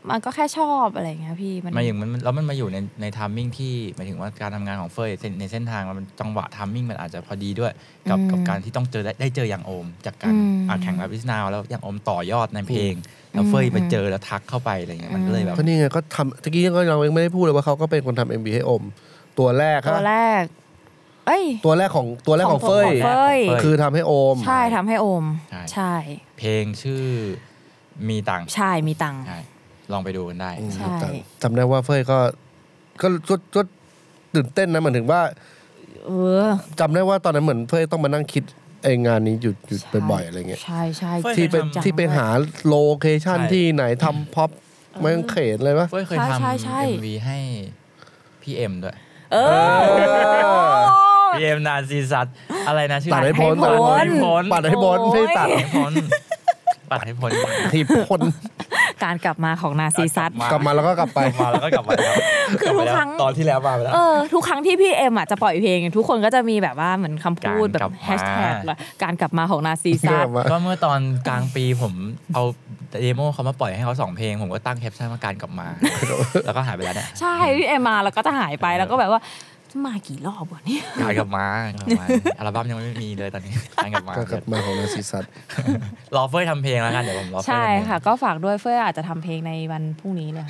มันก็แค่ชอบอะไรเงี้ยพี่มันมาอย่างมันแล้วมันมาอยู่ในในไทมิ่งที่หมายถึงว่าการทำงานของเฟยในเส้นทางมันจังหวะไทมิ่งมันอาจจะพอดีด้วยกับกับการที่ต้องเจอได้เจออย่างโอมจากการแข่งแบบวิสนาวแล้วอย่างโอมต่อยอดในเพลงแล้วเฟยไปเจอแล้วทักเข้าไปอะไรเงี้ยมันก็เลยแบบก็นี่ไงก็ทำตะกี้ก็เราเองไม่ได้พูดเลยว่าเขาก็เป็นคนทำเอ็มวีให้โอมตัวแรกตัวแรกเอ้ยตัวแรกของตัวแรกของเฟยคือทำให้โอมใช่ทำให้โอมใช่เพลงชื่อมีตังค์ใช่มีตังค์ลองไปดูกันได้ใช่จำได้ว่าเฟยก็ก็ก็ตื่นเต้นนะเหมือนถึงว่าเออจำได้ว่าตอนนั้นเหมือนเฟยต้องมานั่งคิดไองานนี้หยุดหยุดบ่อยๆอะไรเงี้ยใช่ใช่ที่ไปที่ไปหาโลเคชั่นที่ไหนทำพ็อปเมืองเขตเลยปะเฟยเคยทำ เอ็ม วี ให้พี่เอ็มด้วยเออพี่เอ็มนาซีซัดอะไรนะชื่อตัดให้พ้นตัดให้พ้นปัดให้พ้นไม่ตัดให้พ้นปัดให้พ้นที่พ้นการกลับมาของนาซีซัดกลับมาแล้วก็กลับไปมาแล้วก็กลับมาแล้วคือทุกครั้งตอนที่แล้วมาแล้วเออทุกครั้งที่พี่เอ็มอ่ะจะปล่อยเพลงทุกคนก็จะมีแบบว่าเหมือนคำพูดแบบแฮชแท็กการกลับมาของนาซีซัดก็เมื่อตอนกลางปีผมเอาเดโมเขามาปล่อยให้เขาสองเพลงผมก็ตั้งแคปชั่นว่าการกลับมาแล้วก็หายไปแล้วเนี่ยใช่พี่เอ็มมาแล้วก็จะหายไปแล้วก็แบบว่ามากี่รอบวะเนี่ยการกลับมาอัลบั้มยังไม่มีเลยตอนนี้การกลับมากลับมาของนาซีซัดรอเฟยทำเพลงแล้วกันเดี๋ยวผมรอเฟยใช่ค่ะก็ฝากด้วยเฟยอาจจะทำเพลงในวันพรุ่งนี้เลย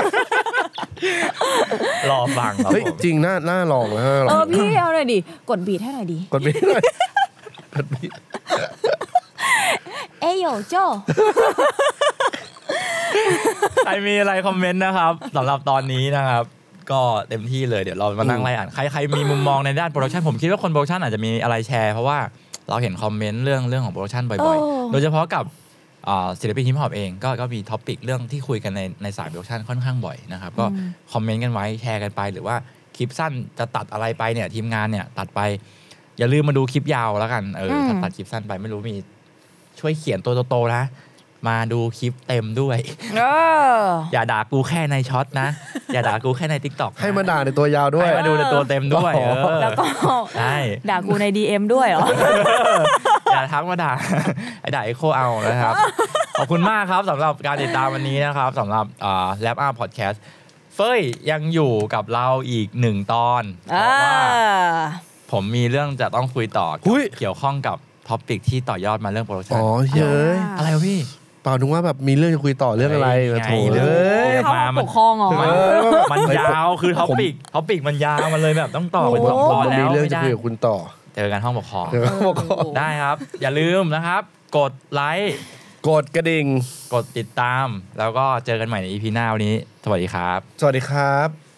รอฟังเฮ้ยจริงน่าน่าลองนะเออพี่เอาหน่อยดิกดบีทให้หน่อยดิกดบีทหน่อยกดบีทเอ้ยโยโจ้ใครมีอะไรคอมเมนต์นะครับสำหรับตอนนี้นะครับก็เต็มที่เลยเดี๋ยวเรามานั่งไล่อ่านใครใครมีมุมมองในด้านโปรดักชันผมคิดว่าคนโปรดักชันอาจจะมีอะไรแชร์เพราะว่าเราเห็นคอมเมนต์เรื่องเรื่องของโปรดักชันบ่อยๆโดยเฉพาะกับศิลปินฮิปฮอปเองก็ก็มีท็อปิกเรื่องที่คุยกันในในสายโปรดักชันค่อนข้างบ่อยนะครับก็คอมเมนต์กันไว้แชร์กันไปหรือว่าคลิปสั้นจะตัดอะไรไปเนี่ยทีมงานเนี่ยตัดไปอย่าลืมมาดูคลิปยาวแล้วกันเออถ้าตัดคลิปสั้นไปไม่รู้มีช่วยเขียนตัวโตๆนะมาดูคลิปเต็มด้วยอย่าด่ากูแค่ในช็อตนะอย่าด่ากูแค่ใน TikTok ให้มาด่าในตัวยาวด้วยให้มาดูในตัวเต็มด้วยแล้วก็ใช่ด่ากูใน ดี เอ็ม ด้วยเหรออย่าทักมาด่าไอ้ด่าไอ้โคเอานะครับขอบคุณมากครับสำหรับการติดตามวันนี้นะครับสำหรับอ่า Wrap Up Podcast เฟ้ยยังอยู่กับเราอีกหนึ่งตอนเพราะว่าผมมีเรื่องจะต้องคุยต่อเกี่ยวข้องกับท็อปิกที่ต่อยอดมาเรื่องโปรดักชั่นอ๋อเย้ยอะไรวะพี่เปล่านึกว่าแบบมีเรื่องจะคุยต่อเรื่องอะไรโถเลยมาปกครองเหรอมันยาวคือท็อปิกท็อปิกมันยาวมันเลยแบบต้องต่อเป็นสองตอนแล้วมีเรื่องจะคุยกับคุณต่อเจอกันห้องปกครองได้ครับอย่าลืมนะครับกดไลค์กดกระดิ่งกดติดตามแล้วก็เจอกันใหม่ใน อี พี หน้าวันนี้สวัสดีครับสวัสดีครับ